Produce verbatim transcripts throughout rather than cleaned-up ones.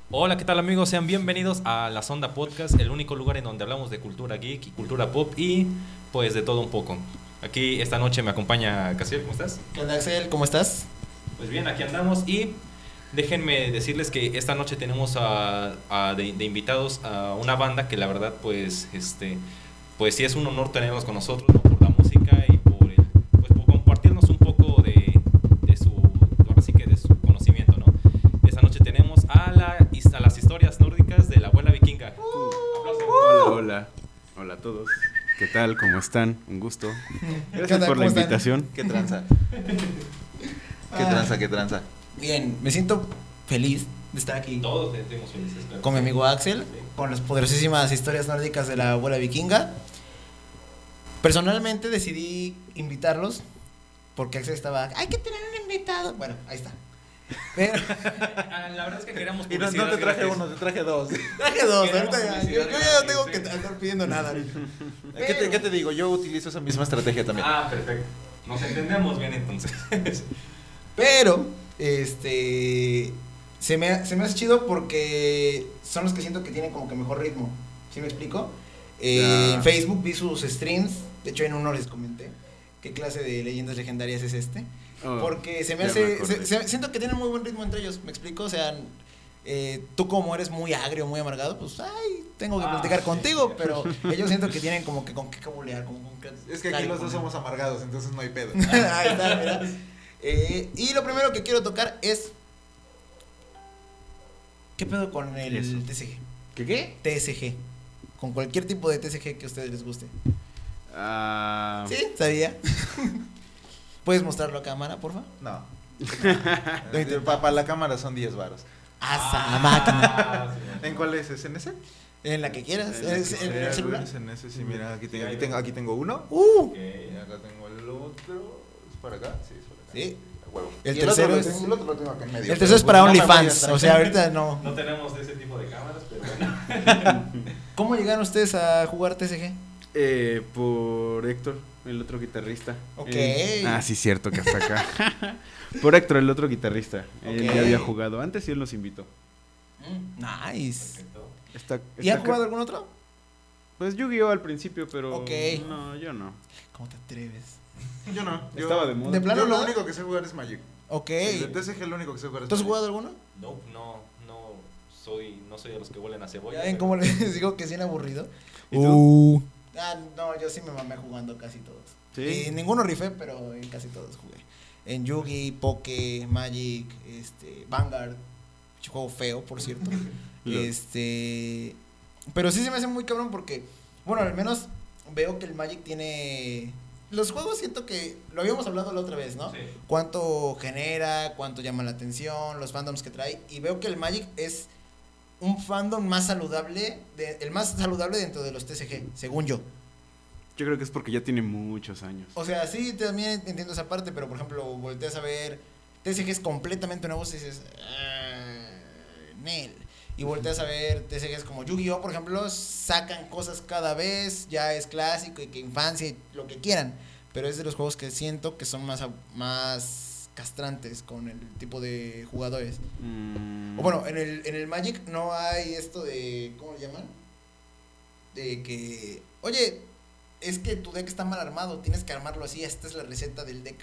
Hola, ¿qué tal amigos? Sean bienvenidos a La Sonda Podcast, el único lugar en donde hablamos de cultura geek y cultura pop y pues de todo un poco. Aquí esta noche me acompaña Casiel, ¿cómo estás? ¿Qué onda, Axel? ¿Cómo estás? Pues bien, aquí andamos y déjenme decirles que esta noche tenemos a, a de, de invitados a una banda que la verdad pues este pues sí es un honor tenerlos con nosotros, ¿no? Por la música y por el, pues por compartirnos un poco de, de su ahora sí que de su conocimiento, ¿no? Esta noche tenemos a, la, a las historias nórdicas de la abuela vikinga. Uh, hola, hola. Hola a todos. ¿Qué tal? ¿Cómo están? Un gusto. Gracias por la invitación. ¿Qué tranza? ¿Qué Ah. tranza? ¿Qué tranza? Bien, me siento feliz de estar aquí Todos estemos felices, claro. con mi amigo Axel, Sí. con las poderosísimas historias nórdicas de la abuela vikinga. Personalmente decidí invitarlos porque Axel estaba, hay que tener un invitado. Bueno, ahí está. Pero Ah, la verdad es que queríamos Y no, publicidad no te traje gratis. uno, te traje dos. traje dos, Queremos ahorita ya. Yo, publicidad yo ya no gratis, tengo sí. que estar pidiendo nada. ¿Qué te, ¿Qué te digo? Yo utilizo esa misma estrategia también. Ah, perfecto. Nos entendemos bien entonces. Pero, este, se me, se me hace chido porque son los que siento que tienen como que mejor ritmo. ¿Sí me explico? Eh, Ya. En Facebook vi sus streams, de hecho en uno les comenté qué clase de leyendas legendarias es este. Oh, Porque se me ya hace, me acordé. se- se- siento que tienen muy buen ritmo entre ellos, ¿me explico? O sea, eh, tú como eres muy agrio, muy amargado, pues, ay, tengo que Ah, platicar sí. contigo, pero ellos siento que tienen como que con qué cabulear, como con qué... Es que aquí los dos somos amargados, entonces no hay pedo. Ahí está, mira. Eh, y lo primero que quiero tocar es. ¿Qué pedo con el Eso. T S G? ¿Qué qué? T S G. Con cualquier tipo de T S G que a ustedes les guste. Ah, ¿Sí? ¿Sabía? ¿Puedes mostrarlo a cámara, porfa? No. Ahorita. Para la cámara son diez varos. ¡Asa la máquina! Ah, sí. ¿En cuál es? ¿Es en ese? En la que quieras. En ¿Es que en sea, el celular? Es en ese, sí, mira, aquí tengo, aquí tengo, aquí tengo uno. ¡Uh! Ok. Y acá tengo el otro. ¿Es para acá? Sí, es para acá. Sí. A huevo. El Y otro tercero lo es- tengo- el otro lo tengo acá en medio. El tercero es pero para pues no me voy a OnlyFans. estar- O sea, ahorita no. No tenemos de ese tipo de cámaras, pero bueno. ¿Cómo llegaron ustedes a jugar T S G? eh, por Héctor, el otro guitarrista. Ok. Él- ah, sí, cierto que hasta acá. Por Héctor, el otro guitarrista. Él Ok. ya había jugado antes y él nos invitó. Mm, Nice. Perfecto. Está, ¿Y está han acá- jugado algún otro? Pues Yu-Gi-Oh al principio, pero Ok. no, yo no. ¿Cómo te atreves? Yo no. Yo, Estaba de moda. ¿De plano yo lo no? único que sé jugar es Magic. Ok. El de T S G lo único que sé jugar es ¿Tú has Magic. jugado alguno? No, no, no soy, no soy de los que huelen a cebolla. ¿Ya ven pero- cómo les digo que es bien aburrido? ¿Y tú? Ah, no, yo sí me mamé jugando casi todos. ¿Sí? En ninguno rifé, pero en casi todos jugué. En Yugi, Poke, Magic, este, Vanguard. Juego feo, por cierto. Lol. este. Pero sí se me hace muy cabrón porque, bueno, al menos veo que el Magic tiene. Los juegos siento que lo habíamos hablado la otra vez, ¿no? Sí. Cuánto genera, cuánto llama la atención, los fandoms que trae. Y veo que el Magic es un fandom más saludable, de, el más saludable dentro de los T S G, según yo. Yo creo que es porque ya tiene muchos años. O sea, sí, también entiendo esa parte, pero por ejemplo, volteas a ver, T S G es completamente nuevo y dices, "Ah, Nel". Y volteas a ver T S Gs como Yu-Gi-Oh, por ejemplo, sacan cosas cada vez, ya es clásico y que infancia y lo que quieran, pero es de los juegos que siento que son más, a- más castrantes con el tipo de jugadores. Mm, O bueno, en el, en el Magic no hay esto de, ¿cómo le llaman? De que, oye, es que tu deck está mal armado, tienes que armarlo así, esta es la receta del deck.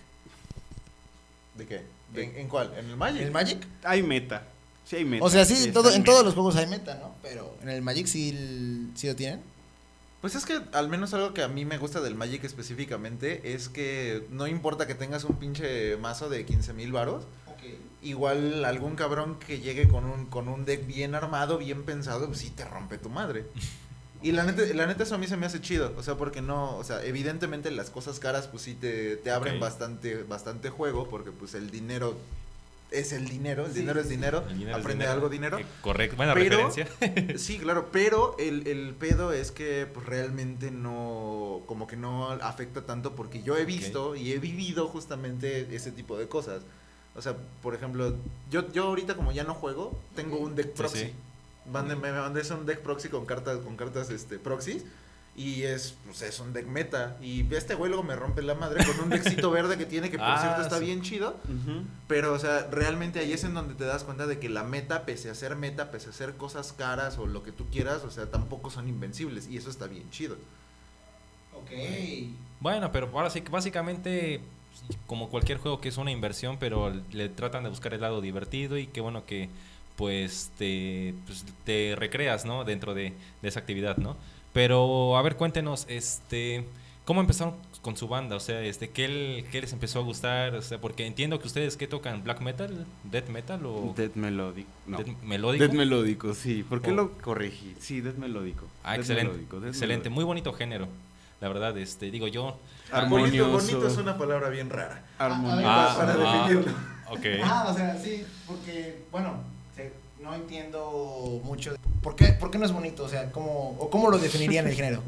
¿De qué? ¿En, en cuál? ¿En el Magic? ¿En el Magic? hay meta. Sí hay meta. O sea, sí, está todo, en meta. todos los juegos hay meta, ¿no? Pero en el Magic sí, l- sí lo tienen. Pues es que al menos algo que a mí me gusta del Magic específicamente es que no importa que tengas un pinche mazo de quince mil varos, igual algún cabrón que llegue con un, con un deck bien armado, bien pensado, pues sí te rompe tu madre. Y la neta, la neta eso a mí se me hace chido, o sea, porque no, o sea, evidentemente las cosas caras pues sí te, te abren Ok. bastante, bastante juego, porque pues el dinero es el dinero, el Sí, dinero sí, es dinero, El dinero es aprende dinero. algo dinero. Eh, correcto, buena Pero- referencia. Sí, claro, pero el, el pedo es que pues, realmente no, como que no afecta tanto porque yo he visto y he vivido justamente ese tipo de cosas. O sea, por ejemplo, yo, yo ahorita como ya no juego, tengo un deck Sí, proxy. sí. Mande- me mandé un deck proxy con cartas, con cartas este, proxies. Y es, pues es un deck meta. Y este güey luego me rompe la madre con un deckcito verde que tiene, que por Ah, cierto está sí. bien chido. Ujú. Pero, o sea, realmente ahí es en donde te das cuenta de que la meta, pese a ser meta, pese a ser cosas caras o lo que tú quieras, o sea, tampoco son invencibles. Y eso está bien chido. Ok. Bueno, pero ahora sí que básicamente, como cualquier juego que es una inversión, pero le tratan de buscar el lado divertido y qué bueno que pues te, pues, te recreas, ¿no? Dentro de, de esa actividad, ¿no? Pero, a ver, cuéntenos, este, ¿cómo empezaron con su banda? O sea, este, ¿qué, el- qué les empezó a gustar? O sea, porque entiendo que ustedes, ¿qué tocan? ¿Black metal? ¿Death metal o Death melódico. No. death melódico? Death melódico, sí. ¿Por qué Oh. lo corregí? Sí, death melódico. Ah, Death excelente, melódico, death excelente, melódico. muy bonito género, la verdad, este, digo yo. Bonito, Armonioso. bonito es una palabra bien rara. Armonioso. Ah, para ah, definirlo. ok. Ah, o sea, sí, porque, bueno, se- no entiendo mucho. de- ¿Por qué, por qué no es bonito? O sea, ¿cómo, o cómo lo definirían el género?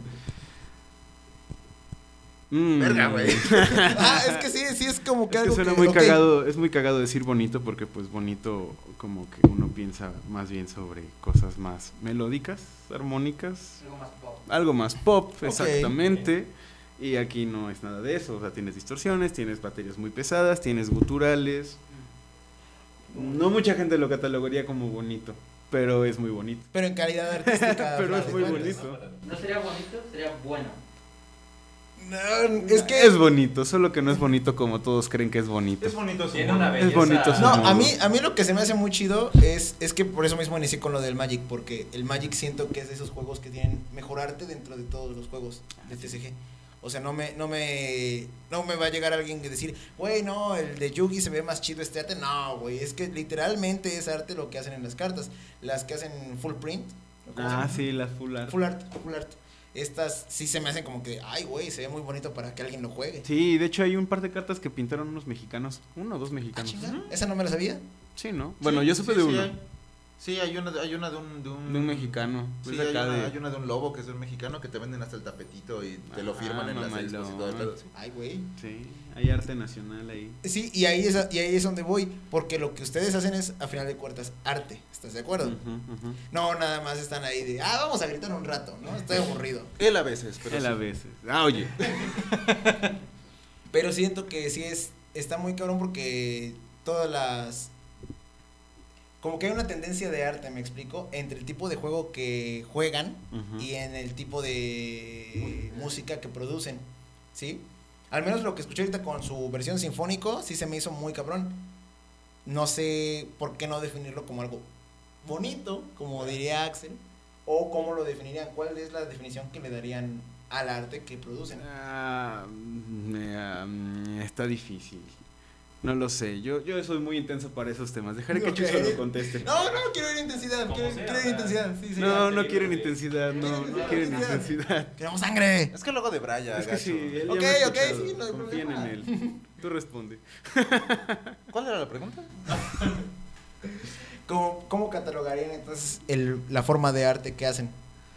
Mm. Verga, güey. Ah, es que sí, sí es como que Es que algo suena que, muy ok. cagado, es muy cagado decir bonito porque pues bonito como que uno piensa más bien sobre cosas más melódicas, armónicas, Algo más pop. algo más pop, Ok. exactamente. Y aquí no es nada de eso, o sea, tienes distorsiones, tienes baterías muy pesadas, tienes guturales. No mucha gente lo catalogaría como bonito, pero es muy bonito. Pero en calidad artística. Pero a es final muy de cuentas. bonito. No sería bonito, sería bueno. No, es que. Es bonito, solo que no es bonito como todos creen que es bonito. Es bonito su Tiene modo. una belleza. Es bonito su No, modo. a mí, a mí lo que se me hace muy chido es, es que por eso mismo inicié con lo del Magic, porque el Magic siento que es de esos juegos que tienen mejor arte dentro de todos los juegos de T C G. O sea, no me, no me, no me va a llegar alguien que decir, güey, no, el de Yugi se ve más chido este arte. No, güey, es que literalmente es arte lo que hacen en las cartas. Las que hacen full print. ¿cómo se Ah, llama? sí, las full art. Full art, full art. Estas sí se me hacen como que, ay, güey, se ve muy bonito para que alguien lo juegue. Sí, de hecho hay un par de cartas que pintaron unos mexicanos, uno o dos Ah, mexicanos. chinga, esa no me la sabía. Sí, ¿no? Bueno, Sí, yo supe sí, de sí uno, hay. Sí, hay una, hay una de un, de un... de un mexicano. Sí, Pues hay acá una, de- hay una de un lobo que es de un mexicano que te venden hasta el tapetito y te lo Ah, firman en las mamalón. expos y todo el pedo. sí. Ay, güey. Sí, hay arte nacional ahí. Sí, y ahí, es, a- y ahí es donde voy, porque lo que ustedes hacen es, a final de cuentas, arte, ¿estás de acuerdo? Ujú, ujú. No, nada más están ahí de, ah, vamos a gritar un rato, ¿no? Estoy aburrido. Él a veces, pero Él sí. a veces. Ah, oye. Pero siento que sí es, está muy cabrón porque todas las... Como que hay una tendencia de arte, me explico, entre el tipo de juego que juegan Ujú. y en el tipo de música que producen, ¿sí? Al menos lo que escuché ahorita con su versión sinfónico, sí se me hizo muy cabrón. No sé por qué no definirlo como algo bonito, como diría Axel, o cómo lo definirían, cuál es la definición que le darían al arte que producen. Ah, mm, eh, mm, está difícil. No lo sé. Yo, yo soy muy intenso para esos temas. Dejaré que Ok. Chuzo lo conteste. No, no, quiero ir intensidad, Como quiero, sea, quiero ir o sea. intensidad, sí, sí. No, sí, no sí, quieren sí. intensidad. No, no quieren intensidad. Queremos sangre. Es que luego de Braya, Es que gacho. sí, él ya Ok, me ha ok, escuchado. sí, no hay Confíen problema. en él. Tú responde. ¿Cuál era la pregunta? ¿Cómo, cómo catalogarían entonces el, la forma de arte que hacen?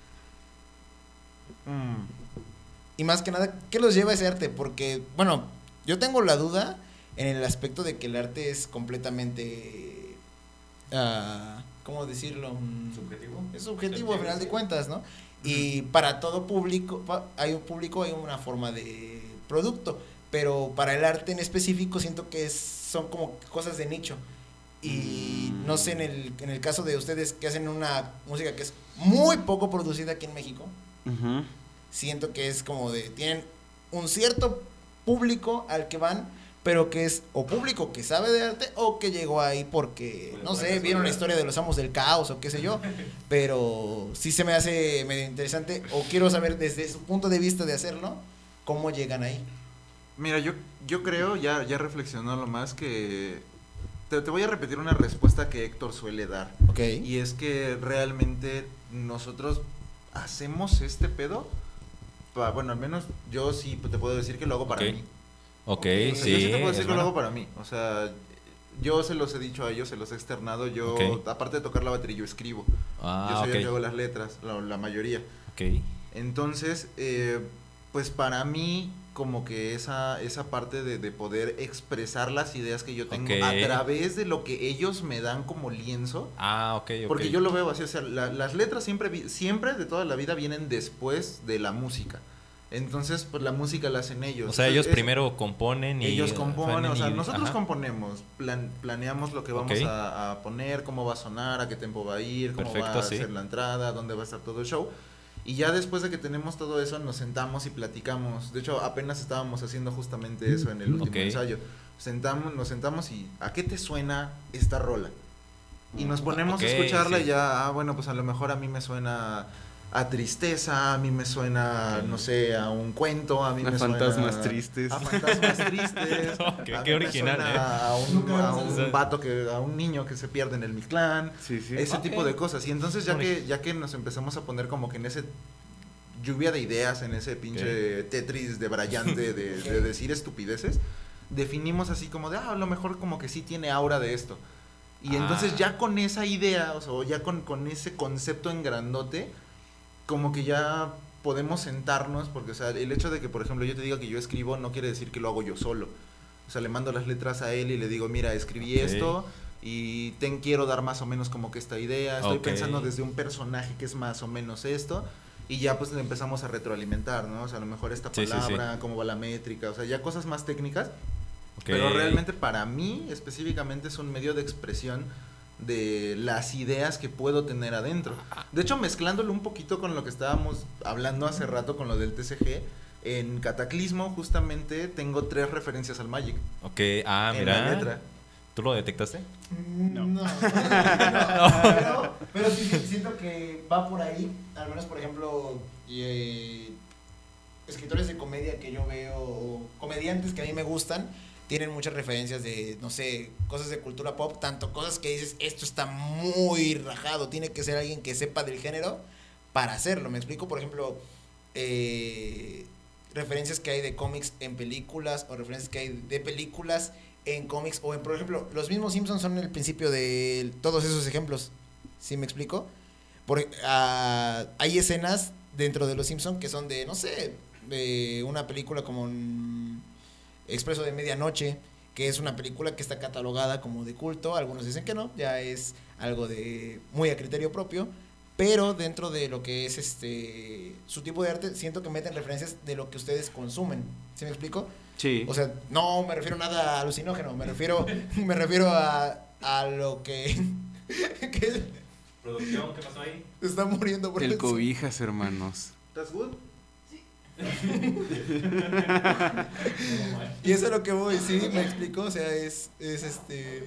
Mm. Y más que nada, ¿qué los lleva a ese arte? Porque, bueno, yo tengo la duda en el aspecto de que el arte es completamente... ah, ¿cómo decirlo? Mm, ¿Subjetivo? Es subjetivo, a final de Sí. cuentas, ¿no? Y para todo público, pa- hay un público, hay una forma de producto, pero para el arte en específico siento que es, son como cosas de nicho. Y no sé, en el, en el caso de ustedes que hacen una música que es muy poco producida aquí en México, Ujú. siento que es como de, tienen un cierto público al que van, pero que es o público que sabe de arte o que llegó ahí porque, no sé, vieron la historia de los amos del caos o qué sé yo, pero sí se me hace medio interesante o quiero saber desde su punto de vista de hacerlo, cómo llegan ahí. Mira, yo, yo creo, ya, ya reflexionando más, que te, te voy a repetir una respuesta que Héctor suele dar. Ok. Y es que realmente nosotros hacemos este pedo. pa- bueno, al menos yo sí te puedo decir que lo hago para Ok. mí. Ok, O sea, sí. yo sí te puedo decir es que lo bueno. hago para mí. O sea, yo se los he dicho a ellos, se los he externado. Yo, Ok. aparte de tocar la batería, yo escribo. Ah, yo soy el que ok. hago las letras, la, la mayoría. Ok. Entonces, eh, pues para mí, como que esa, esa parte de, de poder expresar las ideas que yo tengo Ok. a través de lo que ellos me dan como lienzo. Ah, ok, ok. Porque yo lo veo así, o sea, la- las letras siempre, vi- siempre de toda la vida vienen después de la música. Entonces, pues la música la hacen ellos. O sea, ellos Es- primero componen y... ellos componen, o sea, y- nosotros ajá. componemos, plan- planeamos lo que vamos Ok. a, a poner, cómo va a sonar, a qué tempo va a ir, cómo Perfecto, va a sí. ser la entrada, dónde va a estar todo el show. Y ya después de que tenemos todo eso, nos sentamos y platicamos. De hecho, apenas estábamos haciendo justamente eso en el último Ok. ensayo. Sentamos, nos sentamos y ¿a qué te suena esta rola? Y nos ponemos Ok, a escucharla sí. y ya, ah, bueno, pues a lo mejor a mí me suena a tristeza, a mí me suena, Ok. no sé, a un cuento, a mí A me fantasmas suena tristes. a fantasmas tristes. Oh, qué- a qué mí me original, suena ¿eh? A un, a O sea- un vato que, a un niño que se pierde en el Mictlán, Sí, sí. ese Ok. tipo de cosas. Y entonces ya Bonito. que, ya que nos empezamos a poner como que en ese lluvia de ideas, en ese pinche Tetris de brillante de, de decir estupideces, definimos así como de, ah, a lo mejor como que sí tiene aura de esto. Y entonces Ah. ya con esa idea, o sea, o ya con, con ese concepto en grandote, como que ya podemos sentarnos, porque, o sea, el hecho de que, por ejemplo, yo te diga que yo escribo no quiere decir que lo hago yo solo. O sea, le mando las letras a él y le digo, mira, escribí Ok. esto y te quiero dar más o menos como que esta idea. Estoy Ok. pensando desde un personaje que es más o menos esto. Y ya pues le empezamos a retroalimentar, ¿no? O sea, a lo mejor esta Sí, sí, sí. palabra, cómo va la métrica, o sea, ya cosas más técnicas. Ok. Pero realmente para mí específicamente es un medio de expresión de las ideas que puedo tener adentro. De hecho, mezclándolo un poquito con lo que estábamos hablando hace rato con lo del T C G, en Cataclismo justamente tengo tres referencias al Magic Ok, ah, en la mira. letra. ¿Tú lo detectaste? No. No, no, pero, pero sí, sí, siento que va por ahí. Al menos, por ejemplo, y, eh, escritores de comedia que yo veo, o comediantes que a mí me gustan, tienen muchas referencias de, no sé, cosas de cultura pop, tanto cosas que dices, esto está muy rajado, tiene que ser alguien que sepa del género para hacerlo. Me explico, por ejemplo, eh, referencias que hay de cómics en películas, o referencias que hay de películas en cómics, o en, por ejemplo, los mismos Simpsons son el principio de todos esos ejemplos. ¿Sí me explico? Por, ah, hay escenas dentro de los Simpsons que son de, no sé, de una película como mm, Expreso de Medianoche, que es una película que está catalogada como de culto. Algunos dicen que no, ya es algo de muy a criterio propio. Pero dentro de lo que es este su tipo de arte, siento que meten referencias de lo que ustedes consumen. ¿Sí me explico? Sí. O sea, no me refiero a nada alucinógeno, me refiero, me refiero a, a lo que, que ¿Producción? ¿Qué pasó ahí? está muriendo por el eso. cobijas, hermanos. ¿That's good? Y eso es lo que voy, sí, me explico, o sea, es, es este...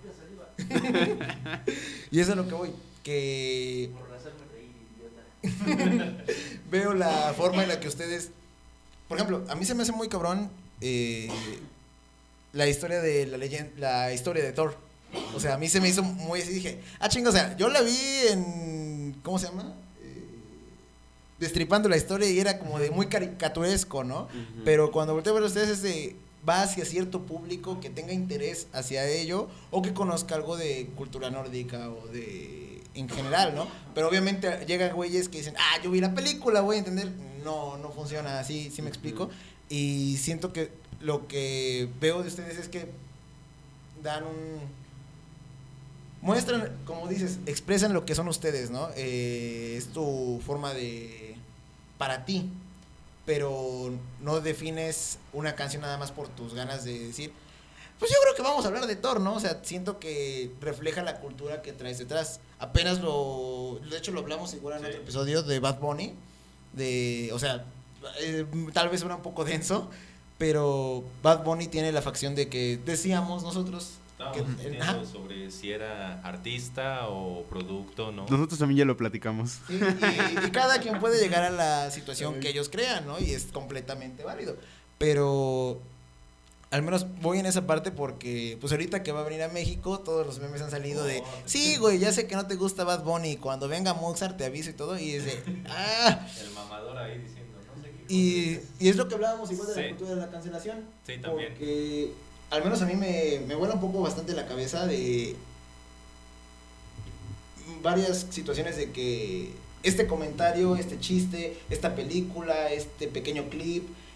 Y eso es lo que voy, que Por hacerme reír, idiota. veo la forma en la que ustedes... Por ejemplo, a mí se me hace muy cabrón eh, la historia de la leyenda, la historia de Thor. O sea, a mí se me hizo muy así, dije, ah, chinga, o sea, yo la vi en, ¿cómo se llama? Eh, Destripando la historia y era como de muy caricaturesco, ¿no? Ujú. Pero cuando volteo a ver a ustedes es de, va hacia cierto público que tenga interés hacia ello o que conozca algo de cultura nórdica o de, en general, ¿no? Pero obviamente llegan güeyes que dicen, ah, yo vi la película, voy a entender. No, no funciona así, ¿sí me explico? Y siento que lo que veo de ustedes es que dan un... Muestran, como dices, expresan lo que son ustedes, ¿no? Eh, es tu forma de... para ti, pero no defines una canción nada más por tus ganas de decir, pues yo creo que vamos a hablar de Thor, ¿no? O sea, siento que refleja la cultura que traes detrás. Apenas lo... de hecho lo hablamos igual en Sí. otro episodio de Bad Bunny, de... o sea, eh, tal vez suena un poco denso, pero Bad Bunny tiene la facción de que decíamos nosotros... Estábamos que- discutiendo ajá. sobre si era artista o producto, ¿no? Nosotros también ya lo platicamos. Y, y- y cada quien puede llegar a la situación que ellos crean, ¿no? Y es completamente válido. Pero al menos voy en esa parte porque, pues ahorita que va a venir a México, todos los memes han salido de, sí, güey, ya sé que no te gusta Bad Bunny, cuando venga Mozart te aviso y todo, y es de, ah, El mamador ahí diciendo, no sé qué. y, y es lo que hablábamos igual de la Sí. cultura de la cancelación. Sí, también. Porque al menos a mí me, me vuela un poco bastante la cabeza de varias situaciones de que este comentario, este chiste, esta película, este pequeño clip,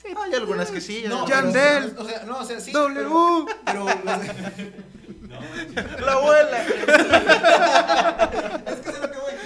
Hay algunas que sí. No, hay Yandel. algunas- pero, o sea, no, o sea, sí. W. Pero, pero los- La abuela. es que es a lo que voy.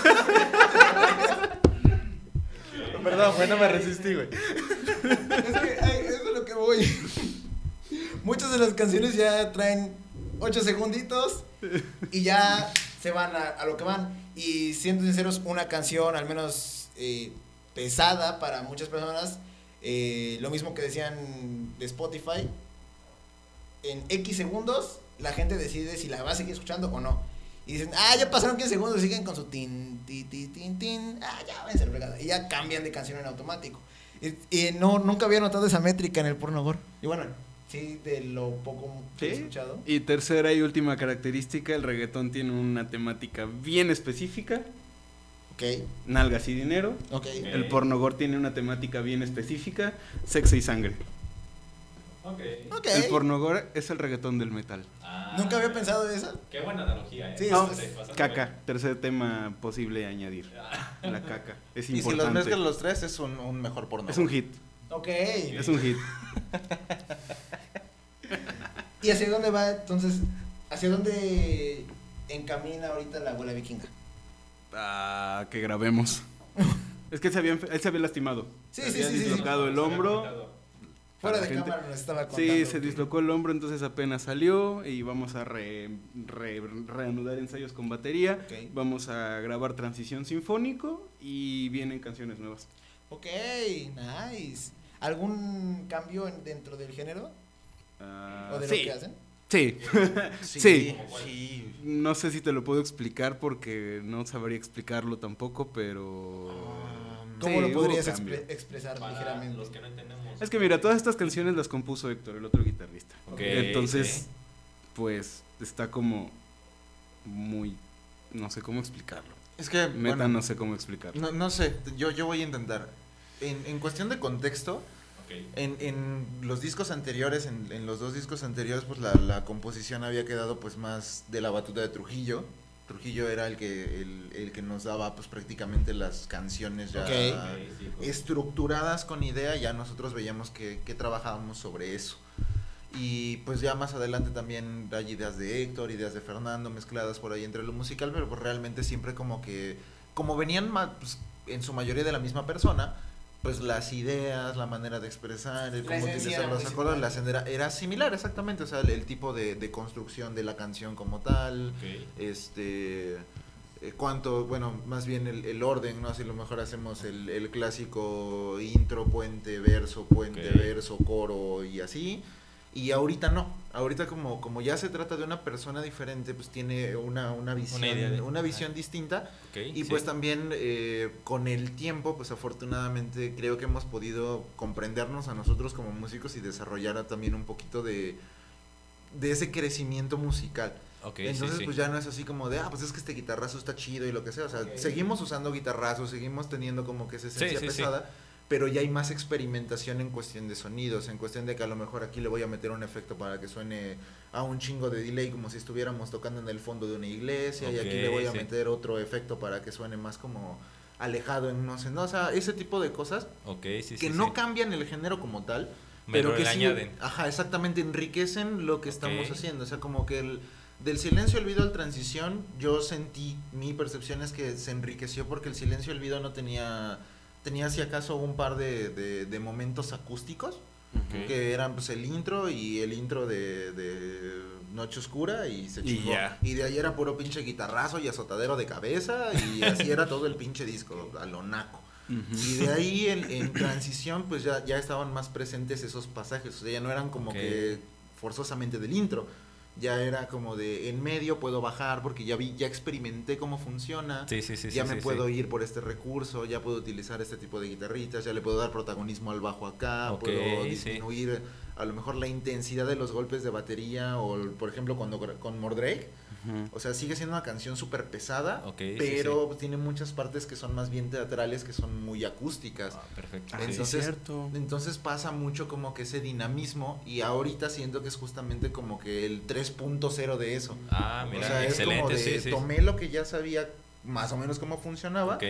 Perdón, güey, no me resistí, güey. Es que ay, eso es a lo que voy. Muchas de las canciones ya traen ocho segunditos y ya se van a, a lo que van. Y siendo sinceros, una canción al menos eh, pesada para muchas personas, eh, lo mismo que decían de Spotify, en X segundos la gente decide si la va a seguir escuchando o no. Y dicen, ah, ya pasaron quince segundos, siguen con su tin, tin, tin, tin, tin, ah, ya, váyanse a la fregada. Y ya cambian de canción en automático. Y, y no, nunca había notado esa métrica en el porno gore. Y bueno, sí, de lo poco que he Sí. escuchado. Y tercera y última característica, el reggaetón tiene una temática bien específica, Ok, nalgas y dinero. ok. El porno gore tiene una temática bien específica, sexo y sangre. Ok. Ok. El porno gore es el reggaetón del metal. Ah, Nunca había pensado de eso. Qué buena analogía, ¿eh? Sí, No, es- Sí, bastante caca, tercer tema posible añadir. buena. La caca, es Y si los importante. mezclas los tres es un, un mejor porno. Es un hit, Ok. es un hit. ¿Y hacia dónde va entonces? ¿Hacia dónde encamina ahorita la abuela vikinga? Ah, que grabemos. Es que él se había, enf- él se había lastimado. Sí, Se sí, había sí, sí, sí. dislocado el hombro. Fuera Para de la gente. cámara nos estaba contando. Sí, se que- dislocó el hombro, entonces apenas salió y vamos a re- re- reanudar ensayos con batería. Ok. Vamos a grabar transición sinfónico y vienen canciones nuevas. Ok, nice. ¿Algún cambio en- dentro del género? Ah, ¿O de sí, lo que hacen? sí. Sí, Sí. sí. No sé si te lo puedo explicar porque no sabría explicarlo tampoco, pero... Um, ¿Cómo Sí, lo hubo podrías cambio. expre- expresar Para ligeramente? los que no entendemos. Es que mira, todas estas canciones las compuso Héctor, el otro guitarrista. Ok, Entonces, sí. pues, está como muy... No sé cómo explicarlo. Es que, Meta, bueno, no sé cómo explicarlo. no, no sé, yo, yo voy a intentar. En, en cuestión de contexto, Ok. en, en los discos anteriores, en, en los dos discos anteriores, pues la, la composición había quedado pues más de la batuta de Trujillo. Trujillo era el que, el, el que nos daba pues prácticamente las canciones ya Ok. Ok, sí, pues. estructuradas con idea, ya nosotros veíamos que, que trabajábamos sobre eso. Y pues ya más adelante también hay ideas de Héctor, ideas de Fernando mezcladas por ahí entre lo musical, pero pues realmente siempre como que, como venían ma- pues, en su mayoría de la misma persona, pues las ideas, la manera de expresar, el La cómo esencia utilizar era los muy acordes, similar. la sendera, era similar exactamente, o sea, el, el tipo de, de construcción de la canción como tal, Ok. este eh, cuánto, bueno, más bien el, el orden, ¿no? Así a lo mejor hacemos el, el clásico intro, puente, verso, puente, Ok. verso, coro y así. Y ahorita no, ahorita como, como ya se trata de una persona diferente, pues tiene una, una visión, idea de- una visión distinta. Ok, Y sí. pues también eh, con el tiempo, pues afortunadamente creo que hemos podido comprendernos a nosotros como músicos y desarrollar también un poquito de, de ese crecimiento musical. Ok, Entonces sí, sí. pues ya no es así como de, ah, pues es que este guitarrazo está chido y lo que sea. O sea, Ok. seguimos usando guitarrazos, seguimos teniendo como que esa Sí, esencia sí, sí. pesada. Pero ya hay más experimentación en cuestión de sonidos, en cuestión de que a lo mejor aquí le voy a meter un efecto para que suene a un chingo de delay como si estuviéramos tocando en el fondo de una iglesia y aquí le voy a Ok, sí. meter otro efecto para que suene más como alejado en no sé, no, o sea, ese tipo de cosas Ok, sí, que sí, no sí. cambian el género como tal, Pero pero que le sí, añaden. ajá, exactamente enriquecen lo que Ok. estamos haciendo, o sea, como que el del silencio olvido al transición, yo sentí, mi percepción es que se enriqueció porque el silencio olvido no tenía tenía si acaso un par de, de, de momentos acústicos, Ok. que eran pues el intro y el intro de, de Noche Oscura y se Y chingó. ya. Y de ahí era puro pinche guitarrazo y azotadero de cabeza y así era todo el pinche disco, a lo naco. Ujú. Y de ahí en, en transición pues ya, ya estaban más presentes esos pasajes, o sea, ya no eran como Ok. que forzosamente del intro. Ya era como de en medio puedo bajar porque ya vi, ya experimenté cómo funciona. Sí, sí, sí. ya sí, me sí, puedo sí. ir por este recurso, ya puedo utilizar este tipo de guitarritas, ya le puedo dar protagonismo al bajo acá, Ok, puedo sí. disminuir a lo mejor la intensidad de los golpes de batería o por ejemplo cuando gra- con Mordrake, Ujú. o sea, sigue siendo una canción súper pesada, Ok, sí, pero tiene muchas partes que son más bien teatrales, que son muy acústicas. Ah, perfecto. Ah, sí. sí, Entonces, es cierto. Entonces pasa mucho como que ese dinamismo y ahorita siento que es justamente como que el tres punto cero de eso. Ah, O mira, sea, es como excelente, de sí, sí. tomé lo que ya sabía más o menos cómo funcionaba Ok.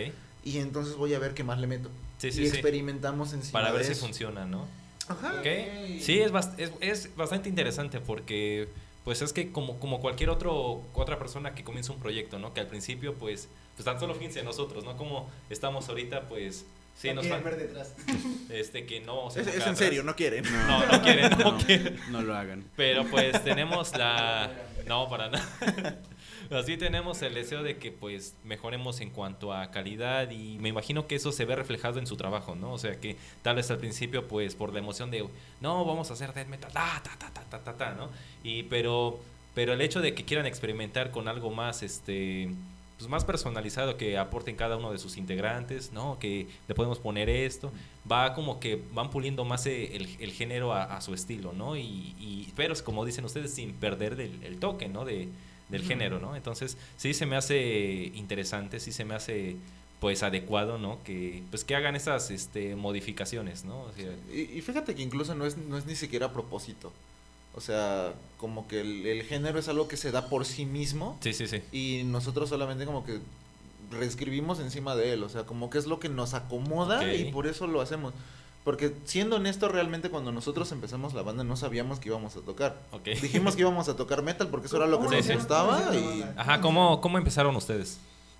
y entonces voy a ver qué más le meto. Sí, sí, y sí. experimentamos encima Para ver de si eso. funciona, ¿no? Ajá. Ok. Sí, es, bast- es, es bastante interesante porque pues es que como, como cualquier otro otra persona que comienza un proyecto, ¿no? Que al principio pues pues tan solo fíjense nosotros, ¿no? Como estamos ahorita pues sí No nos quieren fan- ver detrás. este que no se Es, ponga es en atrás. serio, no quieren. No, no quieren, no, no, quieren. no lo hagan. Pero pues tenemos la no para nada. Así tenemos el deseo de que pues mejoremos en cuanto a calidad y me imagino que eso se ve reflejado en su trabajo, ¿no? O sea que tal vez al principio pues por la emoción de no, vamos a hacer death metal, ta, ta, ta, ta, ta, ta, ta, ¿no? Y pero pero el hecho de que quieran experimentar con algo más este pues más personalizado que aporten cada uno de sus integrantes, ¿no? Que le podemos poner esto, va como que van puliendo más el, el género a, a su estilo, ¿no? Y, y pero como dicen ustedes sin perder el, el toque, ¿no? De del uh-huh. género, ¿no? Entonces, sí se me hace interesante, sí se me hace pues adecuado, ¿no? Que pues que hagan esas este modificaciones, ¿no? O sea, y, y fíjate que incluso no es no es ni siquiera a propósito. O sea, como que el, el género es algo que se da por sí mismo. Sí, sí, sí. Y nosotros solamente como que reescribimos encima de él, o sea, como que es lo que nos acomoda okay. y por eso lo hacemos. Porque siendo honesto, realmente cuando nosotros empezamos la banda no sabíamos que íbamos a tocar. Okay. Dijimos que íbamos a tocar metal porque eso era lo que sí, nos sí. gustaba. Y... Ajá, ¿cómo, ¿cómo empezaron ustedes?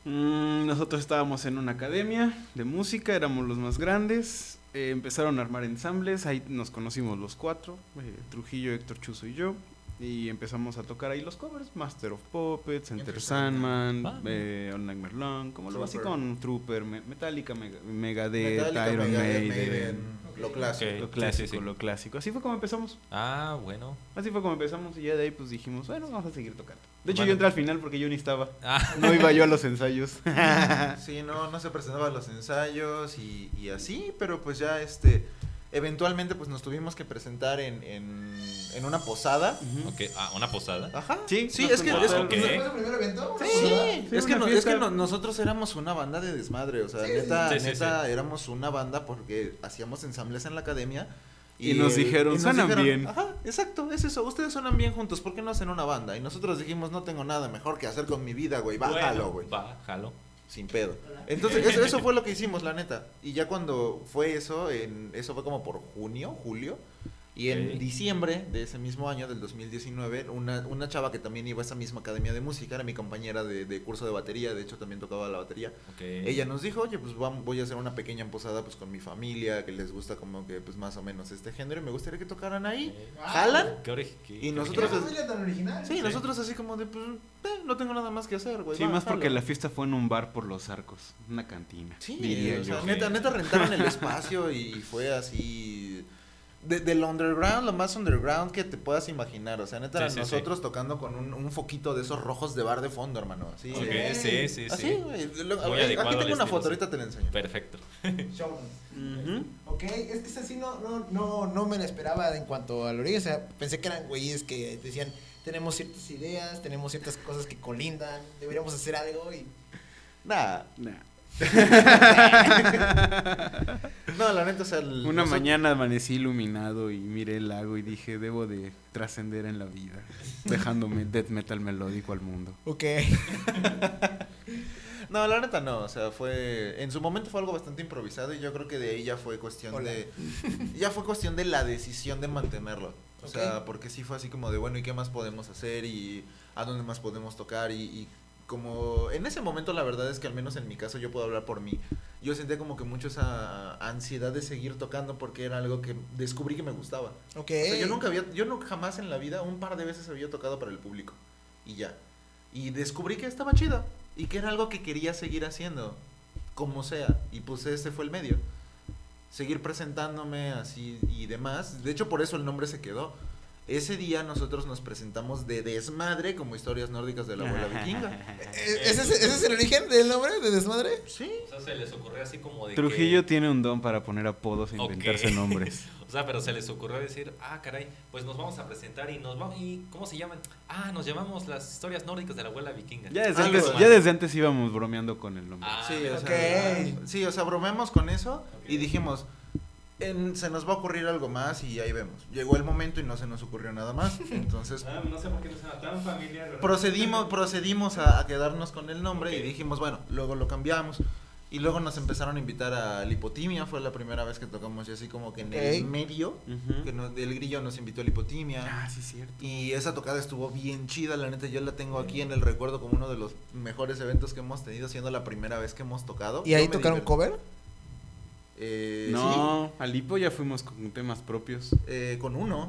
Mm, nosotros estábamos en una academia de música, éramos los más grandes. Eh, empezaron a armar ensambles, ahí nos conocimos los cuatro, eh, Trujillo, Héctor Chuzo y yo. Y empezamos a tocar ahí los covers, Master of Puppets, Enter, Enter Sandman, ah, eh, All Nightmare Long, como lo básico con Trooper, Me Metallica, Meg Megadeth, Metallica, Iron Megadeth, Maiden, Maiden, okay. lo clásico, okay. lo clásico, sí, sí. lo clásico. Así fue como empezamos. Ah, bueno. Así fue como empezamos y ya de ahí pues dijimos, bueno, vamos a seguir tocando. De hecho bueno. yo entré al final porque yo ni estaba, ah. no iba yo a los ensayos. Sí, no, no se presentaban los ensayos y, y así, pero pues ya este... Eventualmente pues nos tuvimos que presentar en, en, en una posada. Uh-huh. Okay. Ah, ¿una posada? Ajá. Sí, sí, es que, es, okay. ¿Fue su primer evento? Sí, sí, es, que no, es que no, nosotros éramos una banda de desmadre, o sea, sí, neta, sí, sí, neta sí. éramos una banda porque hacíamos ensambles en la academia. Y, y nos dijeron, y nos suenan dijeron, bien. Ajá, exacto, es eso, ustedes suenan bien juntos, ¿por qué no hacen una banda? Y nosotros dijimos, no tengo nada mejor que hacer con mi vida, güey, bájalo, güey. Bueno, bájalo. Sin pedo. Entonces, eso, eso fue lo que hicimos, la neta. Y ya cuando fue eso, en, eso fue como por junio, julio. Y en okay. diciembre de ese mismo año, del dos mil diecinueve, una, una chava que también iba a esa misma academia de música, era mi compañera de, de curso de batería, de hecho también tocaba la batería. Okay. Ella nos dijo, oye, pues vamos, voy a hacer una pequeña posada pues con mi familia, que les gusta como que pues más o menos este género, y me gustaría que tocaran ahí. Okay. ¿Jalan? ¿Qué qué, y nosotros... ¿Qué familia tan original? Sí, sí, nosotros así como de, pues, eh, no tengo nada más que hacer, güey. Sí, va, más jalo. porque la fiesta fue en un bar por Los Arcos, una cantina. Sí, diría o sea, yo. neta, neta rentaron el espacio y fue así... De, del underground, lo más underground que te puedas imaginar. O sea, neta, sí, sí, nosotros sí. tocando con un, un foquito de esos rojos de bar de fondo, hermano. Así, okay, sí, sí, así, sí. güey. Muy Aquí adecuado tengo al una estilo, foto, sí. ahorita te la enseño. Perfecto. Showman. Uh-huh. Ok, es que así no, no, no, no me la esperaba en cuanto a la orilla. O sea, pensé que eran güeyes que decían, tenemos ciertas ideas, tenemos ciertas cosas que colindan, deberíamos hacer algo y... Nah. Nah. No, la neta, o sea... El, Una nosotros... mañana amanecí iluminado y miré el lago y dije, debo de trascender en la vida, dejándome death metal melódico al mundo. Ok. No, la neta no, o sea, fue... En su momento fue algo bastante improvisado y yo creo que de ahí ya fue cuestión Hola. de... Ya fue cuestión de la decisión de mantenerlo. O okay. sea, porque sí fue así como de, bueno, ¿y qué más podemos hacer? Y a dónde más podemos tocar y... y como en ese momento la verdad es que al menos en mi caso yo puedo hablar por mí, yo sentía como que mucho esa ansiedad de seguir tocando porque era algo que descubrí que me gustaba. Ok. O sea, yo nunca había, yo nunca jamás en la vida, un par de veces había tocado para el público y ya, y descubrí que estaba chido y que era algo que quería seguir haciendo como sea, y pues ese fue el medio, seguir presentándome así y demás. De hecho por eso el nombre se quedó. Ese día nosotros nos presentamos de desmadre como historias nórdicas de la abuela vikinga. ¿Ese es, ¿Ese es el origen del nombre de desmadre? Sí. O sea, se les ocurrió así como de Trujillo que... tiene un don para poner apodos e inventarse okay. nombres. O sea, pero se les ocurrió decir, ah, caray, pues nos vamos a presentar y nos vamos, ¿y cómo se llaman? Ah, nos llamamos las historias nórdicas de la abuela vikinga. Ya desde, Ah, antes, bueno. ya desde antes íbamos bromeando con el nombre. Ah, Sí, o ok. sea, sí, o sea, bromeamos con eso Okay. y dijimos, en, se nos va a ocurrir algo más y ahí vemos. Llegó el momento y no se nos ocurrió nada más, entonces Ah, no sé por qué no suena tan familiar, ¿verdad? procedimos procedimos a, a quedarnos con el nombre Ok. y dijimos, bueno, luego lo cambiamos. Y luego nos empezaron a invitar a Lipotimia, fue la primera vez que tocamos, y así como que en Okay. el medio, Ujú. que nos- el Grillo nos invitó a Lipotimia. Ah, sí, cierto. Y esa tocada estuvo bien chida, la neta, yo la tengo aquí en el recuerdo como uno de los mejores eventos que hemos tenido, siendo la primera vez que hemos tocado. ¿Y ahí Yo me tocaron divertí. cover? Eh, No, al Hipo ya fuimos con temas propios. sí, eh, con uno.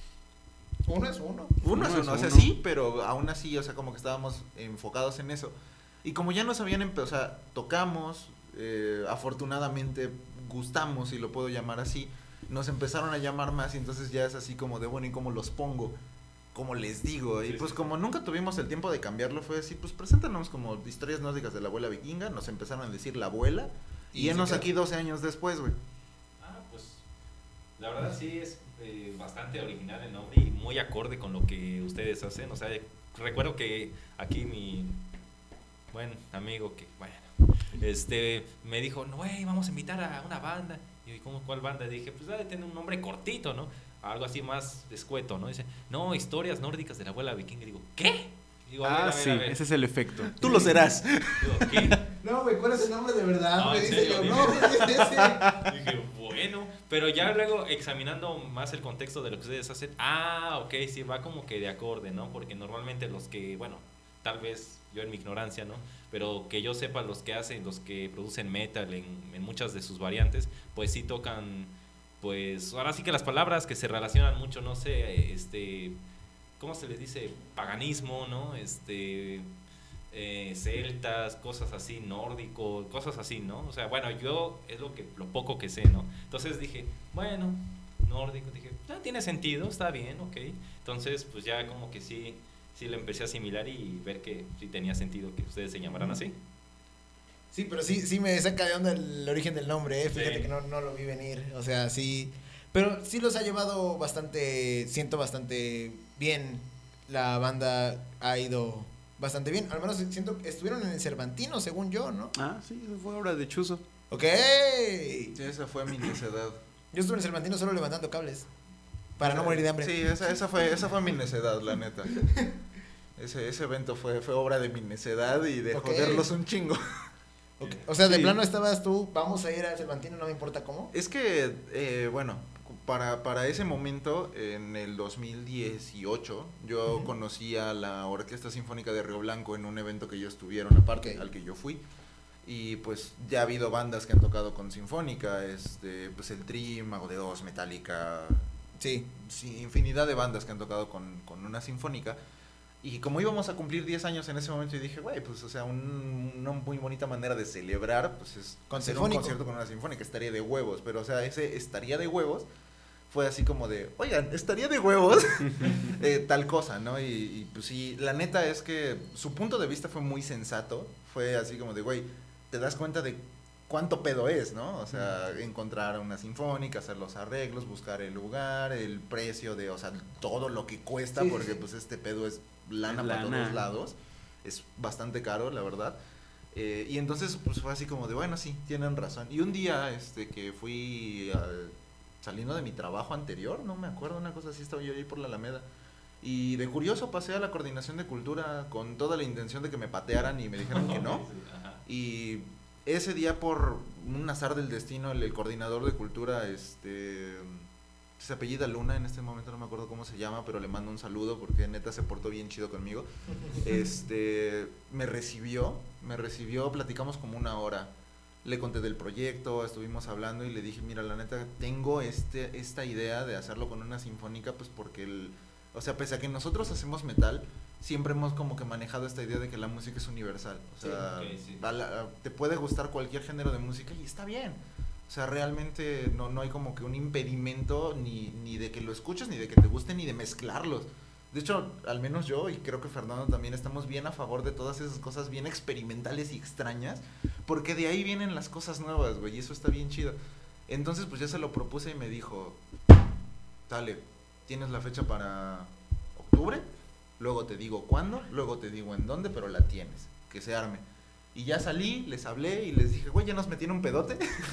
Uno es uno. Uno es Uno uno, o es sea, uno. sí, pero aún así, o sea, como que estábamos enfocados en eso. Y como ya nos habían empezado, o sea, tocamos, eh, afortunadamente gustamos, si lo puedo llamar así, nos empezaron a llamar más y entonces ya es así como de, bueno, ¿y cómo los pongo? Como les digo, y Sí, pues sí. como nunca tuvimos el tiempo de cambiarlo, fue así, pues preséntanos como historias nórdicas de la abuela vikinga, nos empezaron a decir la abuela, y, Y se enos quedó. aquí doce años después, güey. Ah, pues la verdad sí es eh, bastante original el nombre y muy acorde con lo que ustedes hacen. O sea, recuerdo que aquí mi buen amigo que, bueno, este, me dijo, no, güey, vamos a invitar a una banda. Y yo, ¿cómo cuál banda? Dije, pues debe tener un nombre cortito, ¿no? Algo así más escueto, ¿no? Dice, no, historias nórdicas de la abuela vikinga. Y digo, ¿qué? Digo, a ver, Ah, a ver, sí, a ver. ese es el efecto. Tú lo serás. Digo, ¿qué? No, güey, ¿cuál es el nombre de verdad? No, me en dice serio, yo, dime. no, güey, ese. Dije, bueno, pero ya luego examinando más el contexto de lo que ustedes hacen, ah, ok, sí, va como que de acorde, ¿no? Porque normalmente los que, bueno, tal vez yo en mi ignorancia, ¿no? Pero que yo sepa, los que hacen, los que producen metal en, en muchas de sus variantes, pues sí tocan, pues ahora sí que las palabras que se relacionan mucho, no sé, este, ¿cómo se les dice? Paganismo, ¿no? Este... Eh, celtas, cosas así, nórdico, cosas así, ¿no? O sea, bueno, yo es lo que lo poco que sé, ¿no? Entonces dije, bueno, nórdico, dije, ah, tiene sentido, está bien, ok. Entonces, pues ya como que sí, sí lo empecé a asimilar y ver que sí tenía sentido que ustedes se llamaran así. Sí, pero sí, sí me saca de onda el origen del nombre, ¿eh? Fíjate Sí. que no, no lo vi venir. O sea, sí. Pero sí los ha llevado bastante, siento bastante bien. La banda ha ido bastante bien. Al menos siento que estuvieron en el Cervantino, según yo, ¿no? Ah, sí, eso fue obra de Chuzo. Ok. Sí, esa fue mi necedad. Yo estuve en el Cervantino solo levantando cables. Para no morir de hambre. Sí, esa, esa fue, esa fue mi necedad, la neta. Ese, ese evento fue, fue obra de mi necedad y de Ok. joderlos un chingo. Ok. O sea, de Sí. plano estabas tú, vamos a ir al Cervantino, no me importa cómo. Es que, eh, bueno, para, para ese momento, en el dos mil dieciocho, yo Ujú. conocí a la Orquesta Sinfónica de Río Blanco en un evento que ellos tuvieron aparte, Ok. al que yo fui. Y pues ya ha habido bandas que han tocado con Sinfónica, este, pues el Tri, Mago de Oz, Metallica, Sí. sí, infinidad de bandas que han tocado con, con una Sinfónica. Y como íbamos a cumplir diez años en ese momento, yo dije, güey, pues, o sea, un- una muy bonita manera de celebrar, pues, es Con hacer un sinfónico. concierto con una sinfónica, estaría de huevos. Pero, o sea, ese estaría de huevos fue así como de, oigan, estaría de huevos eh, tal cosa, ¿no? Y, y, pues sí, la neta es que su punto de vista fue muy sensato. Fue así como de, güey, te das cuenta de cuánto pedo es, ¿no? O sea, encontrar una sinfónica, hacer los arreglos, buscar el lugar, el precio de, o sea, todo lo que cuesta, Sí, sí, porque sí. pues este pedo es lana Es para lana. todos lados. Es bastante caro, la verdad. Eh, y entonces, pues fue así como de, bueno, sí, tienen razón. Y un día, este, que fui al- saliendo de mi trabajo anterior, no me acuerdo, una cosa así, estaba yo ahí por la Alameda. Y de curioso pasé a la coordinación de cultura con toda la intención de que me patearan y me dijeron que no. Ajá. Y ese día, por un azar del destino, el, el coordinador de cultura, este, se apellida Luna, en este momento no me acuerdo cómo se llama, pero le mando un saludo porque neta se portó bien chido conmigo. Este, me recibió, me recibió, platicamos como una hora. Le conté del proyecto, estuvimos hablando y le dije, mira, la neta, tengo este, esta idea de hacerlo con una sinfónica, pues porque el, o sea, pese a que nosotros hacemos metal, siempre hemos como que manejado esta idea de que la música es universal. O sea, Sí, ok, sí. a la- a- te puede gustar cualquier género de música y está bien. O sea, realmente no, no hay como que un impedimento ni, ni de que lo escuches, ni de que te guste, ni de mezclarlos. De hecho, al menos yo, y creo que Fernando también, estamos bien a favor de todas esas cosas bien experimentales y extrañas, porque de ahí vienen las cosas nuevas, güey, y eso está bien chido. Entonces, pues ya se lo propuse y me dijo, dale, tienes la fecha para octubre, luego te digo cuándo, luego te digo en dónde, pero la tienes, que se arme. Y ya salí, les hablé y les dije, güey, ya nos metieron un pedote.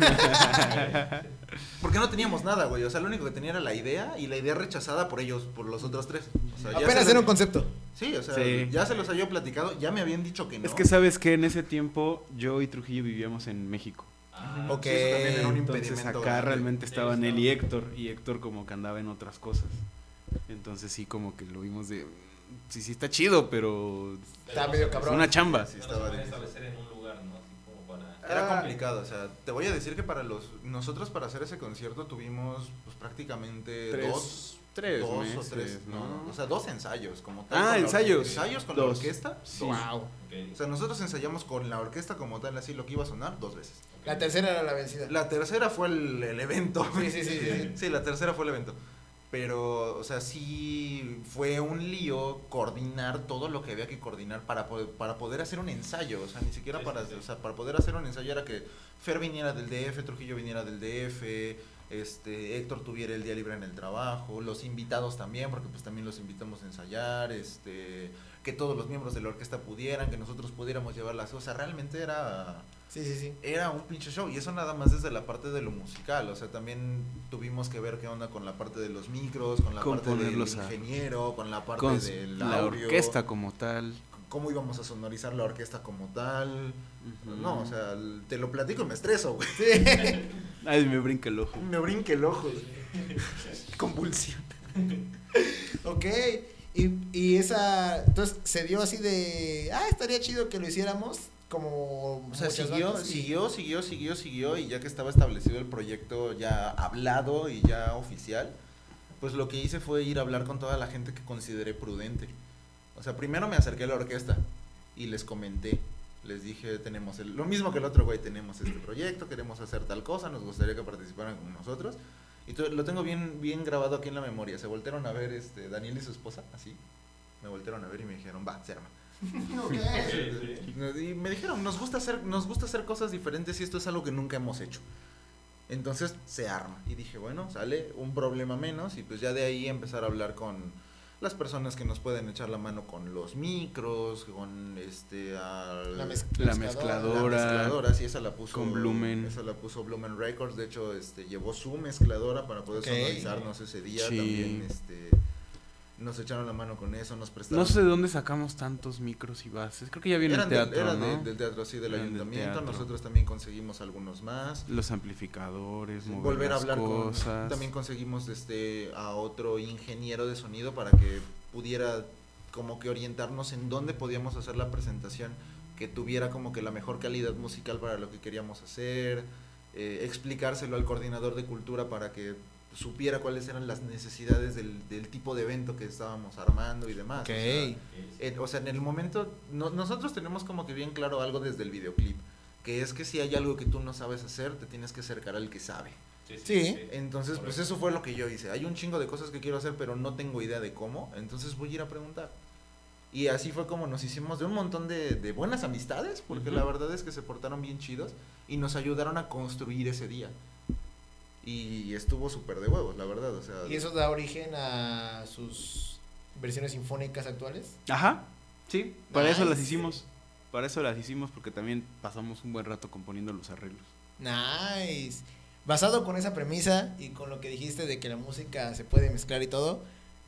Porque no teníamos nada, güey. O sea, lo único que tenía era la idea y la idea rechazada por ellos, por los otros tres. O sea, ya Apenas se era los- un concepto. Sí, o sea, Sí. ya se los había platicado, ya me habían dicho que no. Es que sabes que en ese tiempo yo y Trujillo vivíamos en México. Ah, Ok. Sí, eso también era un Entonces impedimento acá grande. realmente Sí, estaban él estaba. y Héctor. Y Héctor como que andaba en otras cosas. Entonces sí como que lo vimos de... Sí, sí está chido, pero... Está medio Es cabrón. una chamba. Sí, Sí, estaba estaba de difícil. establecer en un lugar, ¿no? Así como para... Era Ah. complicado, o sea, te voy a decir que para los nosotros para hacer ese concierto tuvimos pues prácticamente Tres- dos tres dos meses, o tres, no, ¿no? o sea, dos ensayos como tal. Ah, con la or- ensayos. ensayos con Dos. la orquesta. Sí. Dos. Wow. Ok. O sea, nosotros ensayamos con la orquesta como tal, así lo que iba a sonar dos veces. La tercera era la vencida. La tercera fue el, el evento. Sí, sí, sí, sí. Sí, la tercera fue el evento. Pero, o sea, sí fue un lío coordinar todo lo que había que coordinar para poder, para poder hacer un ensayo. O sea, ni siquiera Sí, para, sí, sí. o sea, para poder hacer un ensayo era que Fer viniera del D F, Trujillo viniera del D F, este, Héctor tuviera el día libre en el trabajo, los invitados también, porque pues también los invitamos a ensayar, este, que todos los miembros de la orquesta pudieran, que nosotros pudiéramos llevarlas. O sea, realmente era... Sí, sí, sí. Era un pinche show, y eso nada más desde la parte de lo musical, o sea, también tuvimos que ver qué onda con la parte de los micros, con la parte del Componerlos a- ingeniero, con la parte Con del la audio, orquesta como tal. cómo íbamos a sonorizar la orquesta como tal. Ujú. No, o sea, l- te lo platico y me estreso, güey. Ay, me brinca el ojo. Me brinque el ojo. Convulsión. Ok. Y, y esa. Entonces se dio así de. Ah, estaría chido que lo hiciéramos. Como. O sea, muchas siguió, bandas, y- siguió, siguió, siguió, siguió, y ya que estaba establecido el proyecto ya hablado y ya oficial, pues lo que hice fue ir a hablar con toda la gente que consideré prudente. O sea, primero me acerqué a la orquesta y les comenté, les dije, tenemos el, lo mismo que el otro güey, tenemos este proyecto, queremos hacer tal cosa, nos gustaría que participaran con nosotros. Y to- lo tengo bien, bien grabado aquí en la memoria. Se voltearon a ver este Daniel y su esposa, así. Me voltearon a ver y me dijeron, va, se arma. Ok. Y me dijeron, nos gusta hacer, nos gusta hacer cosas diferentes y esto es algo que nunca hemos hecho. Entonces se arma. Y dije, bueno, sale un problema menos. Y pues ya de ahí empezar a hablar con las personas que nos pueden echar la mano con los micros, con este al- La, mez- La mezcladora. mezcladora. la mezcladora, sí, esa la puso Con Blumen. Esa la puso Blumen Records. De hecho, este llevó su mezcladora para poder Ok. sonorizarnos ese día. Sí. También este nos echaron la mano con eso, nos prestaron. No sé de dónde sacamos tantos micros y bases. Creo que ya viene el Eran del- teatro, eran ¿no? de- del teatro, sí, del Eran del ayuntamiento. teatro. Nosotros también conseguimos algunos más. Los amplificadores, mover Volver a las hablar cosas. con. También conseguimos este a otro ingeniero de sonido para que pudiera como que orientarnos en dónde podíamos hacer la presentación que tuviera como que la mejor calidad musical para lo que queríamos hacer, eh, explicárselo al coordinador de cultura para que supiera cuáles eran las necesidades del, del tipo de evento que estábamos armando y demás. Ok. O sea, en, o sea, en el momento, no- nosotros tenemos como que bien claro algo desde el videoclip, que es que si hay algo que tú no sabes hacer, te tienes que acercar al que sabe. Sí. Entonces, pues eso fue lo que yo hice. Hay un chingo de cosas que quiero hacer, pero no tengo idea de cómo, entonces voy a ir a preguntar. Y así fue como nos hicimos de un montón de, de buenas amistades, porque Ujú. la verdad es que se portaron bien chidos y nos ayudaron a construir ese día. Y estuvo súper de huevos, la verdad, o sea... Y eso da origen a sus versiones sinfónicas actuales. Ajá, sí, para eso las Nice. hicimos. Para eso las hicimos porque también pasamos un buen rato componiendo los arreglos. Nice. Basado con esa premisa y con lo que dijiste de que la música se puede mezclar y todo,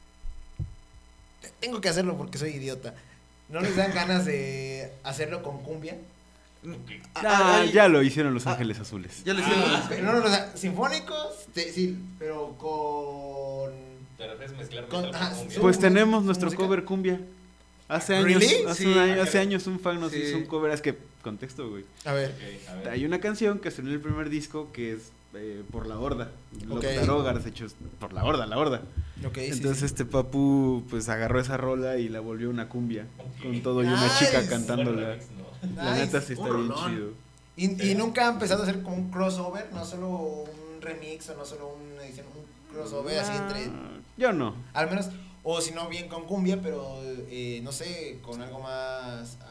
tengo que hacerlo porque soy idiota. ¿No les dan ganas de hacerlo con cumbia? Ah, ay, ya lo hicieron Los Ah. Ángeles Azules. Ya les Ah, digo, pero no, no, o sea, sinfónicos, te- sí, pero con... ¿Te refieres mezclar Con- metal ah, con cumbia? su- Pues tenemos nuestro música. cover cumbia. Hace años, ¿Really? hace, Sí. un año- hace años un fan nos Sí. hizo un cover, es que contexto, güey. A ver. Ok, a ver. Hay una canción que salió en el primer disco que es eh, Por la Horda. Ok. Los Tarogars hechos por la Horda, la Horda. Ok, sí, Entonces sí. este papu pues agarró esa rola y la volvió una cumbia. Ok. Con todo y una Nice. chica Buen cantándola. remix, ¿no? La Nice. neta sí está Un bien rolón. chido. Y, y nunca ha empezado a hacer como un crossover, no solo un remix o no solo una edición, un crossover así entre, Ah, Yo no. al menos, o si no bien con cumbia, pero eh, no sé, con algo más, ah,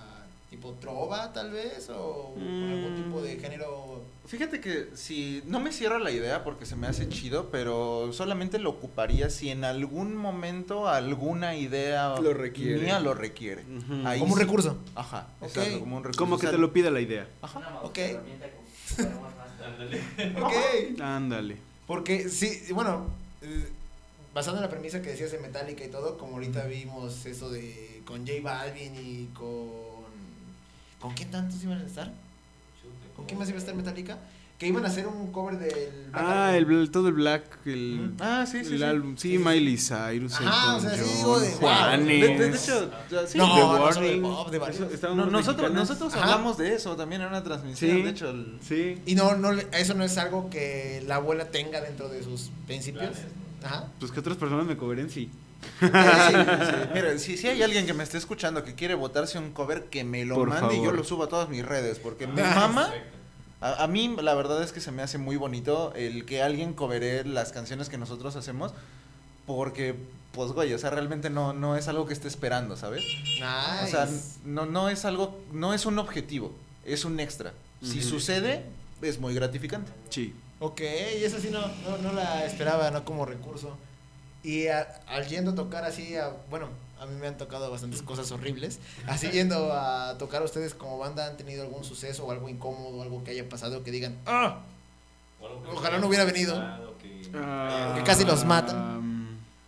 tipo trova tal vez o con algún tipo de género. Fíjate que si no me cierra la idea porque se me hace chido, pero solamente lo ocuparía si en algún momento alguna idea Lo requiere. mía lo requiere. Ujú. Ahí Como un sí. recurso. Ajá, Ok. exacto, como un recurso. Como O que sea, te lo pida la idea. Ajá. Una Ok. herramienta como para más más. Ok. Ándale. Porque sí, bueno, eh, basado en la premisa que decías de Metallica y todo, como ahorita vimos eso de con J Balvin y con... ¿Con quién tantos iban a estar? ¿Con quién más iba a estar Metallica? Que iban a hacer un cover del... Black Ah, Album. el, todo el Black, el, Ah, sí, sí, el sí. álbum. Sí, Sí, sí, Miley Cyrus, Ajá, o sea, sí Elton digo de- John, wow. Juanes. De, de- de hecho, ya, sí, No, The no solo de Warning. pop, de varios. Eso, estaban no, unas nosotros, mexicanas. nosotros Ajá. hablamos de eso también en una transmisión. Sí. De hecho, el- Sí, Y no, no, le- eso no es algo que la abuela tenga dentro de sus principios. Planes, Ajá. pues que otras personas me cobren, sí. Sí, sí. Mira, si, si hay alguien que me esté escuchando que quiere votarse un cover, que me lo Por mande y yo favor. lo subo a todas mis redes. Porque mi Ah, mamá, Perfecto. a, a mí la verdad es que se me hace muy bonito el que alguien covere las canciones que nosotros hacemos. Porque, pues, güey, o sea, realmente no, no es algo que esté esperando, ¿sabes? Nice. O sea, no, no es algo, no es un objetivo, es un extra. Si Ujú. sucede, es muy gratificante. Sí. Ok, y esa sí no, no, no la esperaba, no como recurso. Y a- al yendo a tocar así, a- bueno, a mí me han tocado bastantes cosas horribles. Así yendo a tocar a ustedes como banda, ¿han tenido algún suceso o algo incómodo, algo que haya pasado que digan, ¡ah! Ojalá no hubiera venido. Ah, Que casi los matan.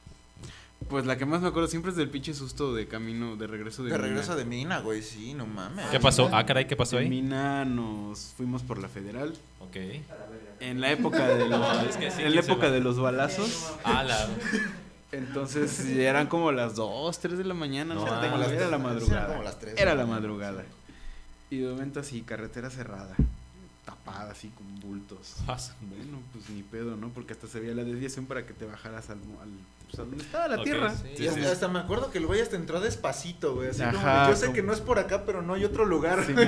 Pues la que más me acuerdo siempre es del pinche susto de camino, de regreso de De Mina. regreso de Mina, güey, sí, no mames. ¿Qué pasó? Ah, caray, ¿qué pasó De ahí? Mina nos fuimos por la Federal. Ok. En la época de los, No, es que sí, en ¿quién la se época va? de los balazos. Ah, la... Entonces ya eran como las dos, tres de la mañana, no, No, sé, ah, tengo- las era la tres, madrugada. eran como las tres, Era ¿no? la madrugada. Y de momento así, carretera cerrada, tapada así con bultos. Bueno, pues ni pedo, ¿no? Porque hasta se veía la desviación para que te bajaras al, al pues, a donde estaba la Ok, tierra. sí. Y hasta, hasta me acuerdo que el güey hasta entró despacito, güey. Así como, Ajá, de, yo sé como- que no es por acá, pero no hay otro lugar. Simón,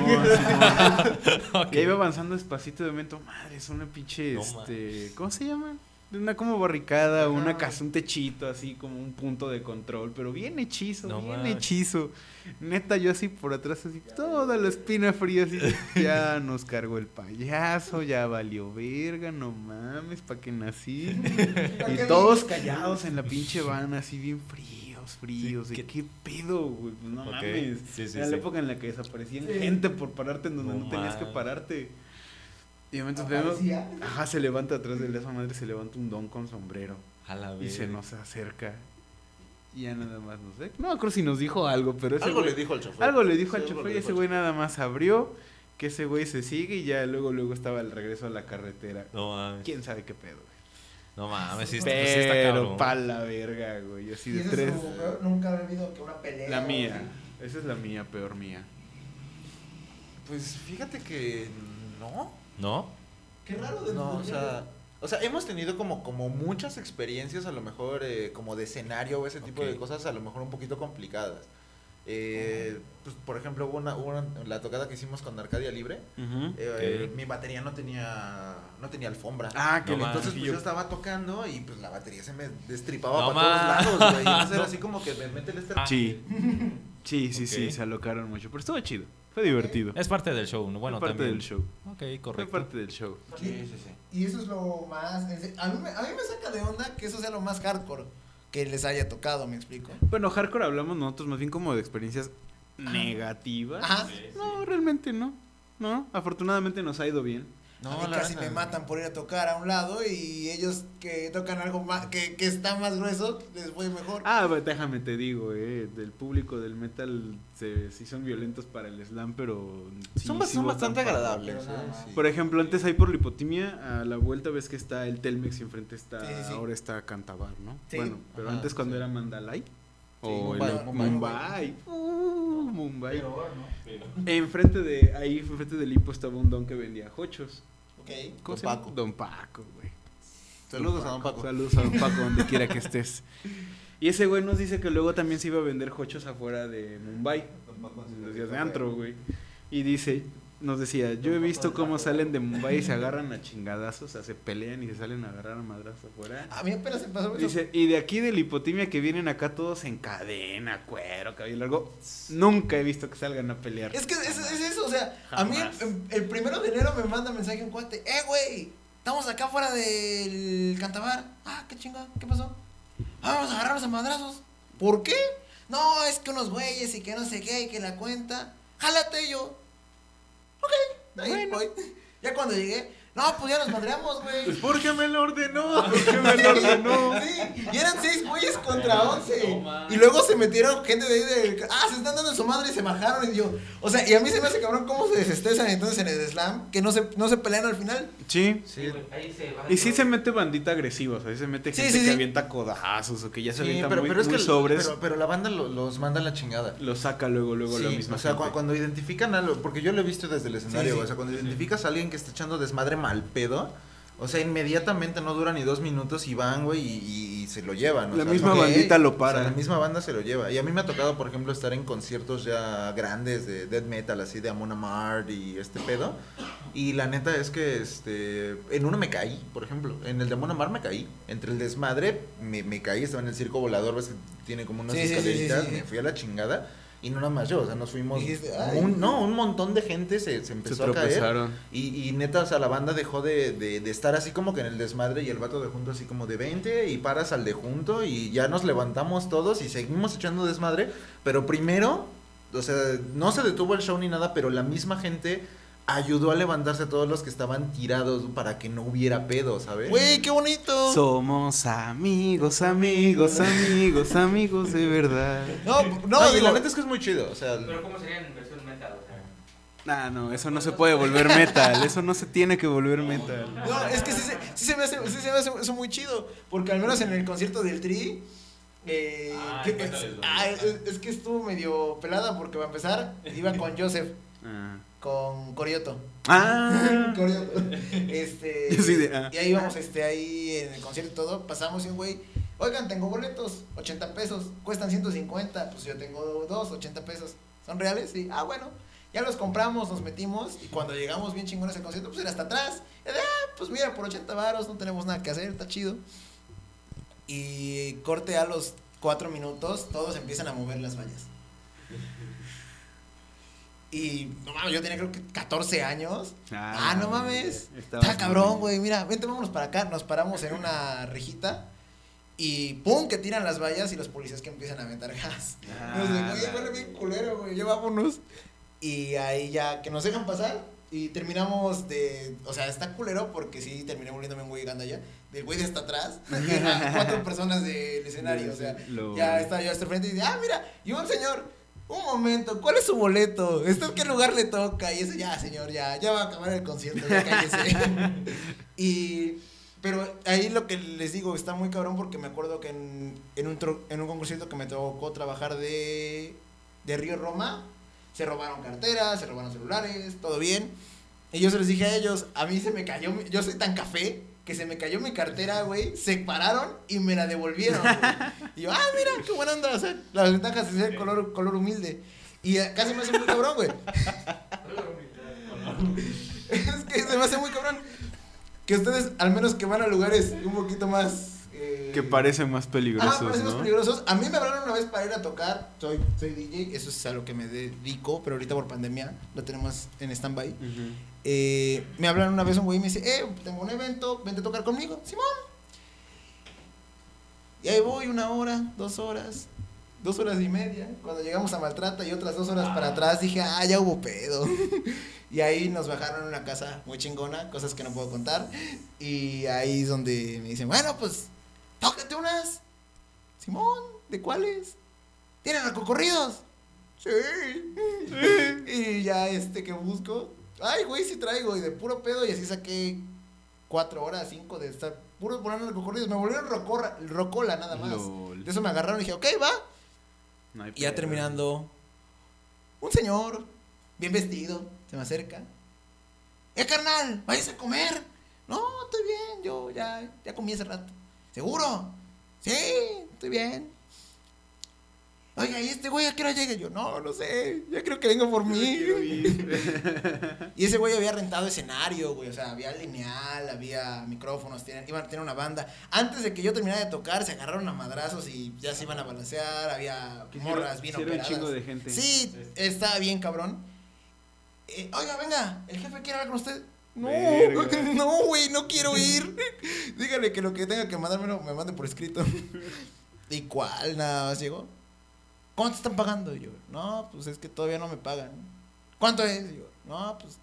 Simón. Ok. Y ahí iba avanzando despacito de momento, madre, es una pinche, No, este, ¿cómo se llama? Una como barricada, una Ajá. casa, un techito, así como un punto de control, pero bien hechizo, No bien mames. hechizo. Neta, yo así por atrás, así, toda la espina fría, así, ya nos cargó el payaso, ya valió verga, no mames, pa' que nací. Y todos callados en la pinche van, así bien fríos, fríos, Sí, de ¿qué- qué pedo, güey, pues no Ok, mames. sí, sí, Era sí. la época en la que desaparecían Sí. gente por pararte en donde no, No tenías que mames. pararte. Y de momento vemos, ¿Aparecía? ajá, se levanta atrás de esa madre, se levanta un don con sombrero A la y se verga. nos acerca. Y ya nada más, no sé, no me acuerdo si nos dijo algo, pero ese Algo güey- le dijo al chofer. algo le dijo Sí, al algo chofer le y dijo ese al güey chofer. nada más abrió, que ese güey se sigue y ya luego luego estaba el regreso a la carretera. No mames. ¿Quién sabe qué pedo, güey? No mames, sí, está- pues sí está Pero cabrón. pa' la verga, güey, así ¿Y de esa tres. es su- nunca ha habido que una pelea? La o mía, así? esa es la mía, peor mía. Pues fíjate que no. ¿No? Qué raro de No, o sea, o sea, hemos tenido como, como muchas experiencias, a lo mejor eh, como de escenario o ese tipo Ok. de cosas, a lo mejor un poquito complicadas. Eh, pues, por ejemplo, hubo una, hubo una- la tocada que hicimos con Arcadia Libre. eh, Ok. Mi batería no tenía no tenía alfombra. Ah, que No le mames. Entonces, pues yo- yo estaba tocando y pues la batería se me destripaba No para todos ma- lados, güey. Entonces No. era así como que me mete el este. Ah. Sí. Sí, sí, sí, Ok. se alocaron mucho. Pero estuvo chido. Fue divertido. Es parte del show, ¿no? Bueno, Fue parte también. del show. Ok, Fue correcto. parte del show. Sí, sí, sí. Y eso es lo más... A mí, me, a mí me saca de onda que eso sea lo más hardcore que les haya tocado, ¿me explico? Bueno, hardcore hablamos nosotros más bien como de experiencias negativas. Ajá. No, realmente no. No, afortunadamente nos ha ido bien. a mí la casi neta, me matan por ir a tocar a un lado y ellos que tocan algo más, que, que está más grueso, les fue mejor. Ah, pues déjame te digo, eh, del público del metal se, sí son violentos para el slam, pero sí, Son, bas- sí son votan bastante para- agradables. pero nada ¿eh? más. Sí. Por ejemplo, antes ahí por Lipotimia, a la vuelta ves que está el Telmex y enfrente está, Sí, sí, sí. ahora está Cantabar, ¿no? Sí. Bueno, pero Ajá, antes cuando sí. era Mandalay. O Mumbai, el- Mumbai. Mumbai. Uh, Mumbai. Peor, ¿no? Enfrente de, ahí enfrente del Lipo estaba un don que vendía jochos. Ok. ¿Cómo Don se llama? Paco. Don Paco, güey. Saludos a Don Paco. Saludos a Don Paco, donde quiera que estés. Y ese güey nos dice que luego también se iba a vender jochos afuera de Mumbai. Los días de antro, güey. Y dice, nos decía, yo he visto cómo salen de Mumbai y se agarran a chingadazos, o sea, se pelean y se salen a agarrar a madrazos afuera. A mí apenas se pasó eso. Dice, y de aquí de la hipotimia que vienen acá todos en cadena, cuero, cabello largo, nunca he visto que salgan a pelear. Es que es, es eso, o sea, a mí el, el primero de enero me manda mensaje un cuate, eh, güey, estamos acá fuera del Cantabar. Ah, qué chinga, ¿qué pasó? Ah, vamos a agarrarnos a madrazos. ¿Por qué? No, es que unos güeyes y que no sé qué, y que la cuenta. Jálate yo. Ok, ahí Bueno. voy. Ya cuando llegué, no, pues ya nos madreamos, güey. Pues porque me lo ordenó, porque me lo ordenó. Sí, y eran seis güeyes contra once. No, man. Y luego se metieron gente de ahí del. Ah, se están dando en su madre y se bajaron. Y yo. O sea, y a mí se me hace cabrón cómo se desestresan entonces en el slam. Que no se, no se pelean al final. Sí. Sí, güey, ahí se va Y sí todo. se mete bandita agresiva, o sea, ahí se mete Sí, gente sí, que sí. avienta codazos o que ya se Sí, avienta pero, muy, pero es muy que sobres, pero, pero la banda lo- los manda a la chingada. lo saca luego, luego la Sí, misma o sea, gente. cu- cuando identifican algo, porque yo lo he visto desde el escenario, Sí, sí. o sea, cuando identificas a alguien que está echando desmadre mal pedo, o sea, inmediatamente no dura ni dos minutos y van, güey, y, y- y se lo llevan. o La sea, misma ok. bandita lo O sea, para. la misma banda se lo lleva. Y a mí me ha tocado, por ejemplo, estar en conciertos ya grandes de death metal, así de Amon Amarth y este pedo. Y la neta es que este en uno me caí, por ejemplo. En el de Amon Amarth me caí. Entre el desmadre me, me caí, estaba en el circo volador, ves que tiene como unas Sí, sí, sí, escaleritas, sí, sí. me fui a la chingada. Y no nada más yo, o sea, nos fuimos. Dijiste, "Ay". Un, no, un montón de gente se, se Se empezó a caer. tropezaron. Y, y neta, o sea, la banda dejó de, de, de estar así como que en el desmadre y el vato de junto así como de veinte y paras al de junto y ya nos levantamos todos y seguimos echando desmadre. Pero primero, o sea, no se detuvo el show ni nada, pero la misma gente ayudó a levantarse a todos los que estaban tirados para que no hubiera pedo, ¿sabes? Güey, qué bonito. Somos amigos, amigos, amigos, amigos de verdad. No, No, no, y digo, la neta es que es muy chido, o sea, Pero ¿cómo sería en versión metal? O sea, Nah, no, eso no se puede volver metal, eso no se tiene que volver metal. no, es que sí, se- sí se me hace, sí se me hace eso muy chido. Porque al menos en el concierto del Tri. Eh, Ah, que- cuéntales, ¿dónde? ah, es, es que estuvo medio pelada porque va a empezar. Iba con Joseph, Ah. con Corioto. Ah. Corioto. Este. Yo sí de, ah. Y ahí íbamos este, ahí en el concierto y todo. Pasamos y un güey. Oigan, tengo boletos, ochenta pesos. Cuestan ciento cincuenta. Pues yo tengo dos, ochenta pesos. ¿Son reales? Sí. Ah, bueno. Ya los compramos, nos metimos. Y cuando llegamos bien chingones al concierto, pues era hasta atrás. Y de, ah, pues mira, por ochenta varos no tenemos nada que hacer, está chido. Y corte a los cuatro minutos, todos empiezan a mover las vallas. Y no mames, yo tenía creo que catorce años. Ah, no mames. Estabas Está cabrón, muy- güey. Mira, vente, vámonos para acá. Nos paramos en una rejita. Y pum, que tiran las vallas y los policías que empiezan a aventar gas. Ah, Nos de, la güey, huele bien culero, güey. Ya vámonos. Y ahí ya que nos dejan pasar. Y terminamos de. O sea, está culero porque sí terminé volviéndome un güey gandalla. Del güey de hasta atrás. Y eran cuatro personas del escenario. O sea, Lo- ya estaba yo hasta el frente y dice, ah, mira, y un señor, un momento, ¿cuál es su boleto? ¿Esto en qué lugar le toca? Y eso, ya, señor, ya, ya va a acabar el concierto, ya cállese. Y, pero ahí lo que les digo, está muy cabrón porque me acuerdo que en, en un, tro- en un concierto que me tocó trabajar de, de Río Roma, se robaron carteras, se robaron celulares, todo bien. Y yo se les dije a ellos, a mí se me cayó, mi- yo soy tan café que se me cayó mi cartera, güey, se pararon y me la devolvieron, güey. Y yo, ah, mira, qué buena onda, o sea, las ventajas de ser color, color humilde. Y eh, casi me hace muy cabrón, güey. Es que se me hace muy cabrón. Que ustedes, al menos que van a lugares un poquito más... eh, Que parecen más Ah, peligrosos, parecen más ¿no? peligrosos. A mí me hablaron una vez para ir a tocar. Soy, soy D J, eso es a lo que me dedico, pero ahorita por pandemia lo tenemos en stand-by. Ujú. Eh, me hablaron una vez un güey y me dice, eh, tengo un evento, vente a tocar conmigo. Simón. Y ahí voy una hora, dos horas, dos horas y media. Cuando llegamos a Maltrata y otras dos horas para atrás, dije, ah, ya hubo pedo. Y ahí nos bajaron a una casa muy chingona, cosas que no puedo contar. Y ahí es donde me dicen, bueno, pues, tócate unas. Simón, ¿de cuáles? ¿Tienen narcocorridos? Sí. Y ya este que busco, ay, güey, sí traigo. Y de puro pedo, y así saqué cuatro horas, cinco de estar puro poniendo narcocorridos. Me volvieron rocorra, rocola nada más. Lol. De eso me agarraron y dije, ok, va. No hay Y ya pedo. terminando, un señor, bien vestido, se me acerca. ¡Eh, carnal! ¡Váyase a comer! No, estoy bien, yo ya, ya comí hace rato. ¿Seguro? Sí, estoy bien. Oiga, ¿y este güey a qué hora llega? Y yo, no, no sé, ya creo que vengo por mí. Y ese güey había rentado escenario, güey, o sea, había lineal, había micrófonos, tienen, iban a tener una banda. Antes de que yo terminara de tocar, se agarraron a madrazos y ya se iban a balancear, había morras bien Sí, era un operadas. chingo de gente. Sí, estaba bien cabrón. Eh, oiga, venga, el jefe quiere hablar con usted. No, Verga. no, güey, no quiero ir. Dígale que lo que tenga que mandármelo me mande por escrito. ¿Y cuál? Nada más llegó. ¿Cuánto están pagando? Y yo, no, pues es que todavía no me pagan. ¿Cuánto es? Y yo, no, pues.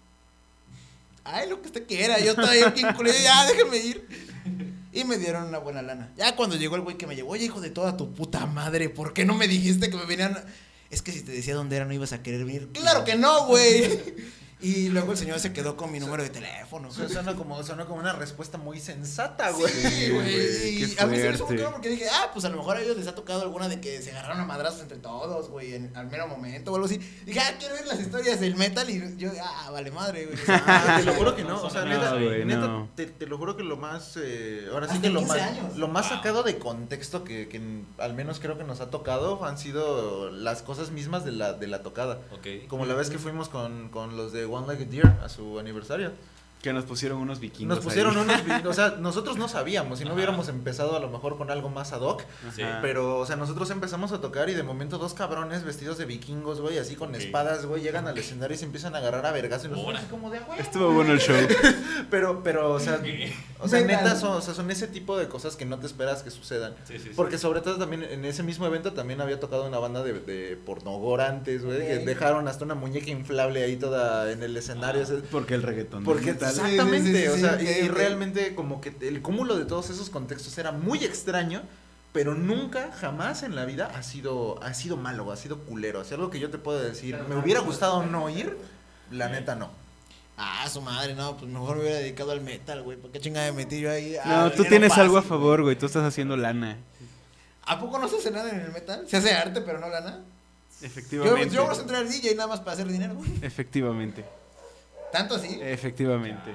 Ay, lo que usted quiera. Yo todavía aquí en culero, ya déjame ir. Y me dieron una buena lana. Ya cuando llegó el güey que me llevó, oye, hijo de toda tu puta madre, ¿por qué no me dijiste que me venían? a-?" Es que si te decía dónde era, no ibas a querer venir. ¡Claro que no, güey! Y luego el señor se quedó con mi número de teléfono. Eso suena como, suena como una respuesta muy sensata, güey. Sí, güey. qué Y a mí se me hizo muy fuerte. cabrón porque dije, ah, pues a lo mejor a ellos les ha tocado alguna de que se agarraron a madrazos entre todos, güey, en, al mero momento o algo así. Dije, ah, quiero ver las historias del metal. Y yo, ah, vale madre, güey. Ah, te lo juro que no, o sea, No, neta, güey, neta no. te, te lo juro que lo más, eh, ahora sí Hasta que lo quince más, años. lo más sacado de contexto que, que al menos creo que nos ha tocado han sido las cosas mismas de la, de la tocada. Ok. Como la vez que fuimos con, con los de One Legged Deer a su aniversario. Que nos pusieron unos vikingos. Nos pusieron ahí. unos, vi- o sea, nosotros no sabíamos, si no Ajá. hubiéramos empezado a lo mejor con algo más ad hoc, Sí. Ajá. pero, o sea, nosotros empezamos a tocar y de momento dos cabrones vestidos de vikingos, güey, así con Ok. espadas, güey, llegan al escenario y se empiezan a agarrar a vergas y nosotros Ahora. así como de, güey. Estuvo bueno el show. Pero, pero, o sea, o sea, Venga. neta, son, o sea, son ese tipo de cosas que no te esperas que sucedan. Sí, sí, sí. Porque sobre todo también en ese mismo evento también había tocado una banda de, de pornogor antes, güey, que Ok. dejaron hasta una muñeca inflable ahí toda en el escenario. o sea, Porque el reggaetón. porque es metal. exactamente, Sí, sí, sí, o sí, sea, ok, y, y ok. realmente como que el cúmulo de todos esos contextos era muy extraño, pero nunca, jamás en la vida ha sido, ha sido malo, ha sido culero. Así algo que yo te puedo decir, me hubiera gustado no ir, la neta no. Ah, su madre, no, pues mejor me hubiera dedicado al metal, güey. ¿Por qué chingada me metí yo ahí? No, Ah, tú dinero tienes fácil, algo a güey. favor, güey. Tú estás haciendo lana. ¿A poco no se hace nada en el metal? Se hace arte, pero no lana. Yo, Efectivamente. yo voy a entrar al D J nada más para hacer dinero. Efectivamente. ¿Tanto así? Efectivamente.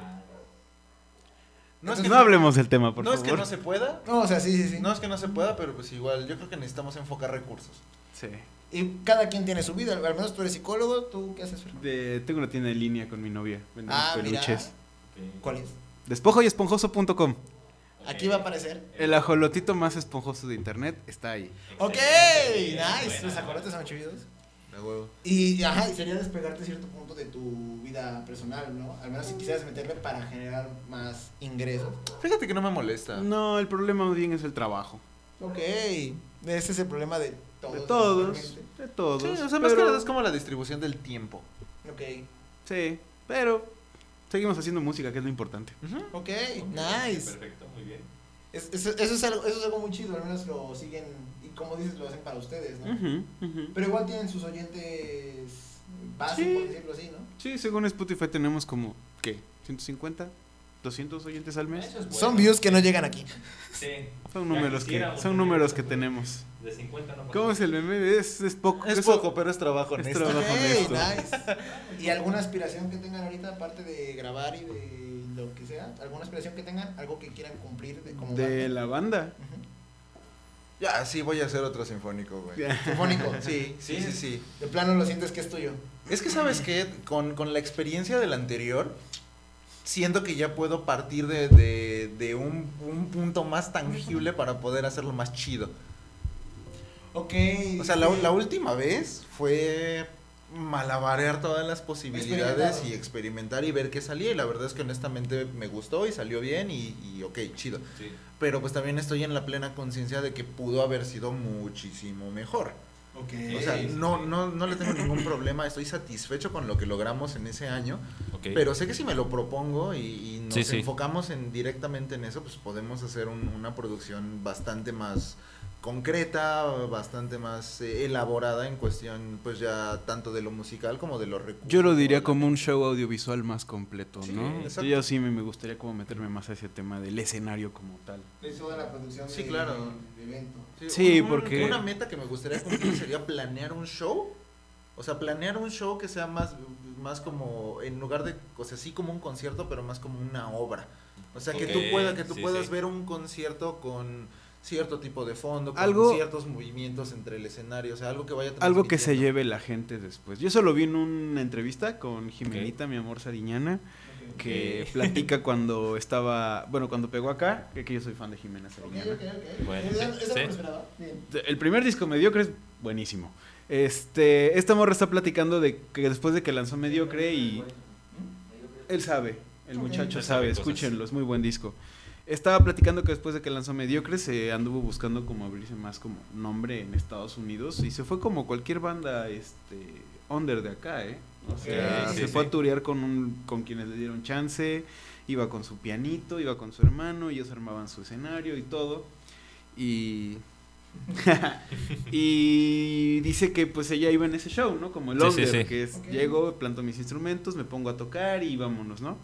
No es No, que no hablemos del tema, por no es favor. que no se pueda, No, o sea, sí, sí, sí. no es que no se pueda, pero pues igual, yo creo que necesitamos enfocar recursos. Sí. Y cada quien tiene su vida. Al menos tú eres psicólogo. ¿Tú qué haces, Fer? De- tengo una tienda en línea con mi novia. Vendemos Ah, mira. peluches. Ok. ¿Cuál es? Despojo y esponjoso punto com. Aquí va a aparecer. El ajolotito más esponjoso de internet está ahí. Ok, Excelente. nice. Buena. Los ajolotes son chidos. De huevo. Y, ajá, y sería despegarte cierto punto de tu vida personal, ¿no? Al menos si quisieras meterle para generar más ingresos. Fíjate que no me molesta. No, el problema más bien es el trabajo. Ok, ese es el problema de todos. De todos. realmente. De todos. Sí, o sea, más que pero- nada es como la distribución del tiempo. Ok, Sí, pero seguimos haciendo música, que es lo importante. ok, Ok, nice. Perfecto, muy bien. Es- eso, eso, es algo, eso es algo muy chido, al menos lo siguen, y como dices, lo hacen para ustedes, ¿no? Ujú, ujú. Pero igual tienen sus oyentes base, Sí. por decirlo así, ¿no? Sí, según Spotify tenemos como, ¿qué? ¿ciento cincuenta? ¿doscientos oyentes al mes? Eso es bueno. Son views que no llegan aquí. Sí. Son Ya números que, quisiéramos son tener números eso, que pero tenemos. De cincuenta no ¿Cómo es el meme? Es, es poco. Es eso- poco, pero es trabajo es honesto. trabajo. Ok, honesto. nice. ¿Y alguna aspiración que tengan ahorita, aparte de grabar y de lo que sea? ¿Alguna aspiración que tengan? ¿Algo que quieran cumplir de, como De banda? la banda. Ujú. Ya, sí, voy a hacer otro sinfónico, güey. Sinfónico. Sí, sí, sí, sí. De plano lo sientes que es tuyo. Es que, ¿sabes qué? Con, con la experiencia del anterior, siento que ya puedo partir de, de, de un, un punto más tangible para poder hacerlo más chido. Ok. O sea, la, sí. la última vez fue malabarear todas las posibilidades Experimentado. y experimentar y ver qué salía. Y la verdad es que honestamente me gustó y salió bien y, y ok, chido. Sí. Pero pues también estoy en la plena conciencia de que pudo haber sido muchísimo mejor. Ok. O sea, Sí, no, sí. no, no le tengo ningún problema, estoy satisfecho con lo que logramos en ese año, Ok. pero sé que si me lo propongo y, y nos Sí, sí. enfocamos en, directamente en eso, pues podemos hacer un- una producción bastante más concreta, bastante más eh, elaborada en cuestión, pues ya tanto de lo musical como de los recursos. Yo lo diría como un show audiovisual más completo, Sí, ¿no? exacto. Yo sí me, me gustaría como meterme más a ese tema del escenario como tal. Es toda la producción Sí, de, claro. de evento. Sí, un- un- porque- Una meta que me gustaría cumplir sería planear un show. O sea, planear un show que sea más, más como, en lugar de, o sea, sí como un concierto, pero más como una obra. O sea, que tú Ok, puedas, que tú sí, puedas sí. ver un concierto con cierto tipo de fondo, con Algo- ciertos movimientos entre el escenario, o sea, algo que vaya Algo que se transmitiendo. lleve la gente después. Yo solo vi en una entrevista con Jimenita, mi amor Sariñana, que platica cuando estaba, bueno, cuando pegó acá, que, que yo soy fan de Jimena Ok, Sariñana. ok, ok. Bueno, Esa- sí, esa no sí. me esperaba. Bien. El primer disco Mediocre es buenísimo. Este, esta morra está platicando de que después de que lanzó Mediocre y él sabe, el Ok. muchacho Él sabe sabe, cosas. escúchenlo, es muy buen disco. Estaba platicando que después de que lanzó Mediocre se anduvo buscando como abrirse más como nombre en Estados Unidos y se fue como cualquier banda este under de acá, ¿eh? O sea, Ok, sí, se fue sí. a turear con un con quienes le dieron chance, iba con su pianito, iba con su hermano, ellos armaban su escenario y todo. Y y dice que pues ella iba en ese show, ¿no? Como el Sí, sí, under, sí. que es Ok. llego, planto mis instrumentos, me pongo a tocar y vámonos, ¿no?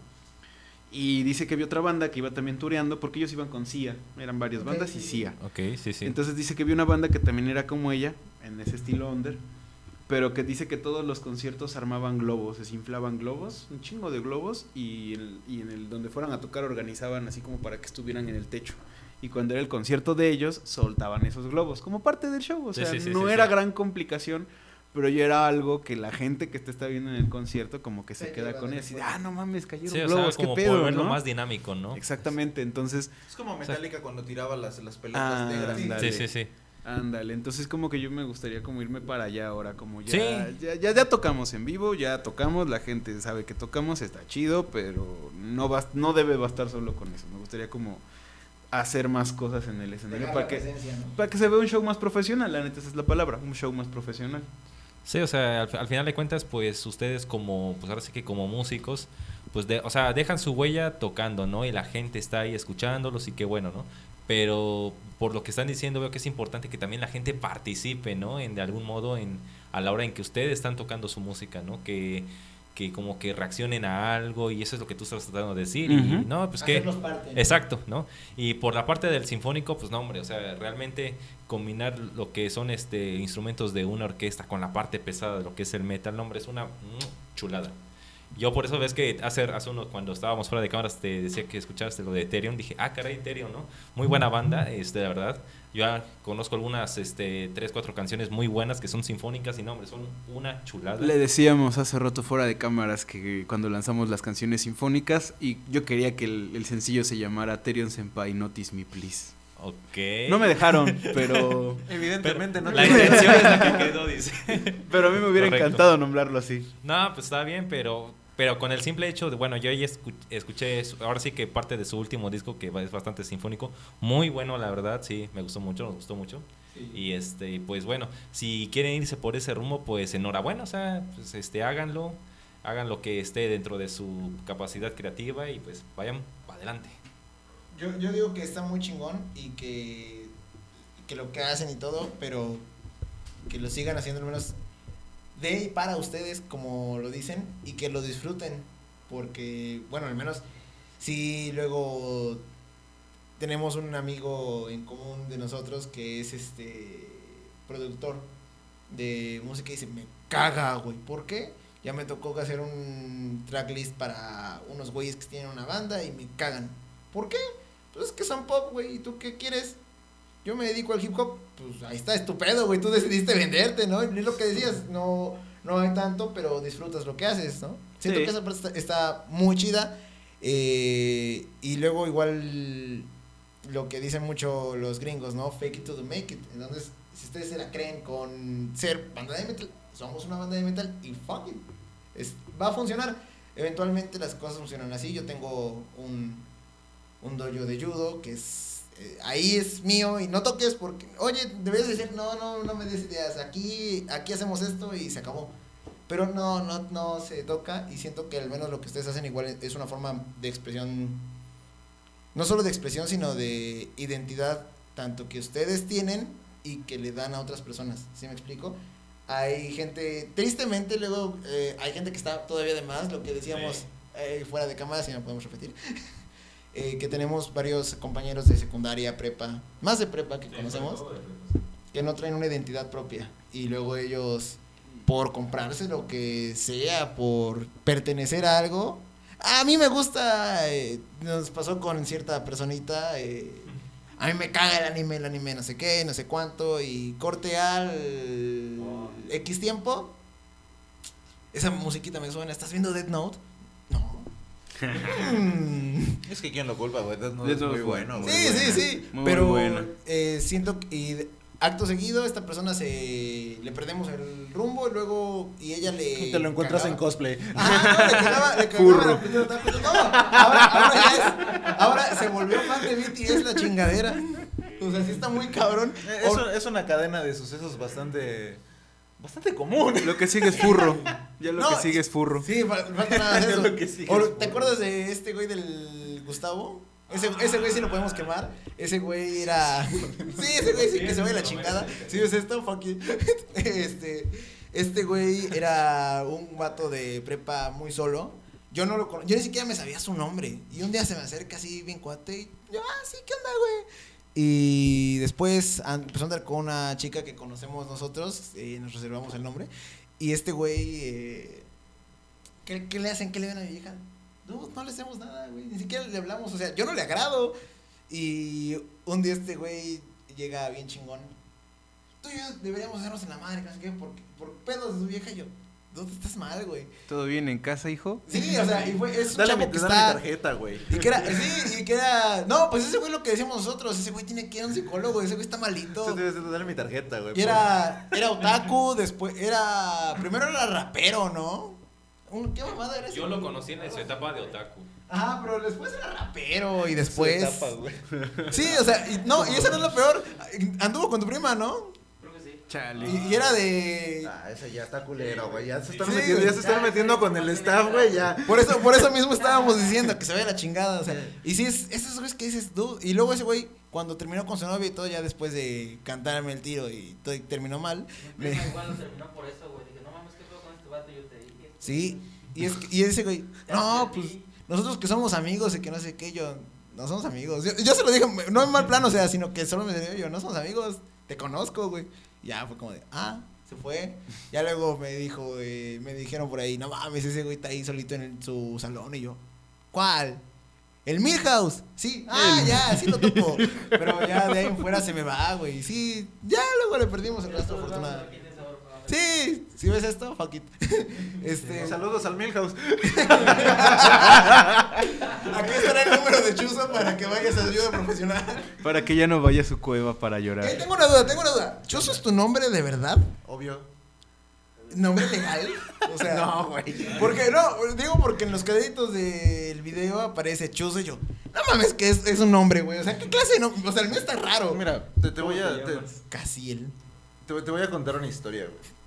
Y dice que vio otra banda que iba también tureando porque ellos iban con Sia, eran varias Ok, bandas sí, y sí. Sia. Ok, sí, sí. Entonces dice que vio una banda que también era como ella, en ese estilo under, pero que dice que todos los conciertos armaban globos, se inflaban globos, un chingo de globos, y, el- y en el donde fueran a tocar organizaban así como para que estuvieran en el techo. Y cuando era el concierto de ellos, soltaban esos globos, como parte del show, o Sí, sea, sí, sí, no sí, era sí. gran complicación, pero ya era algo que la gente que te está viendo en el concierto como que se Sí, queda que con va él, de así de, acuerdo. ah, no mames, cayeron Sí, o globos, sea, qué como pedo, por verlo ¿no? más dinámico, ¿no? Exactamente, entonces, Es como Metallica cuando tiraba las, las Ah, pelotas negras. ándale. Sí, sí, sí. ándale, entonces como que yo me gustaría como irme para allá ahora, como ya, Sí. ya, ya, ya tocamos en vivo, ya tocamos, la gente sabe que tocamos, está chido, pero no bas- no debe bastar solo con eso, me gustaría como hacer más cosas en el escenario Dejar para la que, presencia, ¿no? para que se vea un show más profesional, la neta esa es la palabra, un show más profesional. Sí, o sea, al, al final de cuentas, pues ustedes como, pues ahora sí que como músicos, pues, de, o sea, dejan su huella tocando, ¿no? Y la gente está ahí escuchándolos y qué bueno, ¿no? Pero por lo que están diciendo veo que es importante que también la gente participe, ¿no? En de algún modo en a la hora en que ustedes están tocando su música, ¿no? Que que como que reaccionen a algo y eso es lo que tú estás tratando de decir y Ujú. no, pues que Hacerlos parte, ¿no? exacto, ¿no? Y por la parte del sinfónico, pues no, hombre, o sea, realmente combinar lo que son este instrumentos de una orquesta con la parte pesada de lo que es el metal, no, hombre, es una mm, chulada. Yo por eso ves que hace, hace uno, cuando estábamos fuera de cámaras, te decía que escuchaste lo de Ethereum, dije, ah, caray, Ethereum, ¿no? Muy buena banda, este, de verdad. Yo ya conozco algunas, este, tres, cuatro canciones muy buenas que son sinfónicas y no, hombre, son una chulada. Le decíamos hace rato fuera de cámaras que cuando lanzamos las canciones sinfónicas y yo quería que el, el sencillo se llamara Terion Senpai Notice Me Please. Ok. No me dejaron, pero Evidentemente no La te- intención es la que quedó, dice. pero a mí me hubiera Correcto. encantado nombrarlo así. No, pues está bien, pero pero con el simple hecho de, bueno, yo ya escu- escuché, su- ahora sí que parte de su último disco, que va- es bastante sinfónico, muy bueno, la verdad, sí, me gustó mucho, nos gustó mucho. Y este, pues bueno, si quieren irse por ese rumbo, pues enhorabuena, o sea, pues este, háganlo, hagan lo que esté dentro de su capacidad creativa y pues vayan para adelante. Yo, yo digo que está muy chingón y que, que lo que hacen y todo, pero que lo sigan haciendo al menos de y para ustedes, como lo dicen, y que lo disfruten, porque, bueno, al menos si luego tenemos un amigo en común de nosotros que es este productor de música y dice, me caga, güey, ¿por qué? Ya me tocó hacer un tracklist para unos güeyes que tienen una banda y me cagan. ¿Por qué? Pues es que son pop, güey, ¿y tú qué quieres? Yo me dedico al hip hop, pues ahí está, estupendo, güey, tú decidiste venderte, ¿no? Y es lo que decías, no, no hay tanto, pero disfrutas lo que haces, ¿no? Siento Sí. que esa parte está, está muy chida. eh, y luego igual lo que dicen mucho los gringos, ¿no? Fake it to the make it. Entonces, si ustedes se la creen con ser banda de metal, somos una banda de metal y fuck it. Es, va a funcionar. Eventualmente las cosas funcionan así. Yo tengo un, un dojo de judo que es eh, ahí es mío y no toques porque, oye, debes decir, no, no, no me des ideas, aquí, aquí hacemos esto y se acabó. Pero no, no, no se toca y siento que al menos lo que ustedes hacen igual es una forma de expresión, no solo de expresión, sino de identidad, tanto que ustedes tienen y que le dan a otras personas, ¿sí me explico? Hay gente, tristemente luego, eh, hay gente que está todavía de más, lo que decíamos Sí. eh, fuera de cámara, si no podemos repetir. Eh, que tenemos varios compañeros de secundaria, prepa, más de prepa que conocemos, que no traen una identidad propia y luego ellos, por comprarse lo que sea, por pertenecer a algo, a mí me gusta, eh, nos pasó con cierta personita, eh, a mí me caga el anime, el anime no sé qué, no sé cuánto, y corte al X tiempo, esa musiquita me suena, ¿estás viendo Death Note? No. Es que quién lo culpa, güey. Death Note Death es Note muy es bueno, bueno. güey. Sí, sí, sí, Muy pero buena. eh, siento que y acto seguido esta persona se le perdemos el rumbo y luego y ella le Te lo encuentras cagaba. en cosplay. Ah, no, le cagaba, le cagaba Furro. la pintura otaku. No, ahora, ahora ya es, ahora se volvió fan de B T S la chingadera. O sea, sí está muy cabrón. Eh, Es, un- es una cadena de sucesos bastante. Bastante común. Lo que sigue es furro. Ya lo No, que sigue es furro. Sí, fal- falta nada de eso. Lo que sigue O, es ¿te furro. acuerdas de este güey del Gustavo? Ese, ese güey sí lo podemos quemar. Ese güey era. Sí, ese güey sí que se vaya la chingada. ¿Sí ves esto? Fuck you. Este. Este güey era un vato de prepa muy solo. Yo no lo cono- Yo ni siquiera me sabía su nombre. Y un día se me acerca así bien cuate. Y yo, ah, sí, ¿qué onda, güey? Y después an- empezó a andar con una chica que conocemos nosotros. Y nos reservamos el nombre. Y este güey. Eh, ¿qué, ¿Qué le hacen? ¿Qué le ven a mi vieja? No, no le hacemos nada, güey. Ni siquiera le hablamos. O sea, yo no le agrado. Y un día este güey llega bien chingón. Tú y yo deberíamos hacernos en la madre, no sé qué, por, por pedos de su vieja. Y yo, ¿dónde estás mal, güey? ¿Todo bien en casa, hijo? Sí, o sea, y fue, es un Dale, mi, chavo que dale mi está. tarjeta, güey. Y que era, sí, y que era. No, pues ese güey lo que decíamos nosotros. Ese güey tiene que ir a un psicólogo. Ese güey está malito. Eso debe ser, dale mi tarjeta, güey. Y era, era otaku, después era. Primero era rapero, ¿no? Un- ¿Qué mamada era ese? Yo lo conocí en su etapa de otaku. Ajá, pero después era rapero y Su después. etapa, güey. Sí, o sea, y, no, y eso no es lo peor. Anduvo con tu prima, ¿no? Creo que sí. Chale. Y, y era de. Ah, ese ya está culero, güey. Ya se están Sí, metiendo, güey. ya se están metiendo con el staff, güey, ya. Por eso, por eso mismo estábamos diciendo que se vaya la chingada. O sea, y sí, es, esos güeyes que dices tú. Y luego ese güey, cuando terminó con su novia y todo, ya después de cantarme el tiro y todo y terminó mal. Mi me- prima igual lo terminó por eso, güey. Dije, no mames, ¿qué pedo con este vato? Yo te dije. Sí, y, es, que- y ese güey, no, pues nosotros que somos amigos y que no sé qué, yo, no somos amigos. Yo, yo se lo dije, no en mal plan, o sea, sino que solo me dijo yo, no somos amigos, te conozco, güey. Y ya fue como de, ah, se fue. Ya luego me dijo, eh, me dijeron por ahí, no mames, ese güey está ahí solito en el- su salón. Y yo, ¿cuál? El Milhouse, sí, ah, ya, sí lo topo. Pero ya de ahí en fuera se me va, güey. Sí, ya luego le perdimos el rastro, afortunadamente. Sí, si ves esto, fuck it. Este, Saludos al Milhouse. aquí estará el número de Chuzo para que vayas a ayuda profesional. Para que ya no vaya a su cueva para llorar. Eh, tengo una duda, tengo una duda. ¿Chuzo es tu nombre de verdad? Obvio. ¿Nombre legal? O sea, No, güey. Porque, no, digo porque en los créditos del video aparece Chuzo y yo, no mames que es, es un nombre, güey. O sea, ¿qué clase de nombre? O sea, el mío está raro. Mira, te, te voy ¿Cómo a. te Te, llamas? Casiel. te- te voy a contar una historia, güey.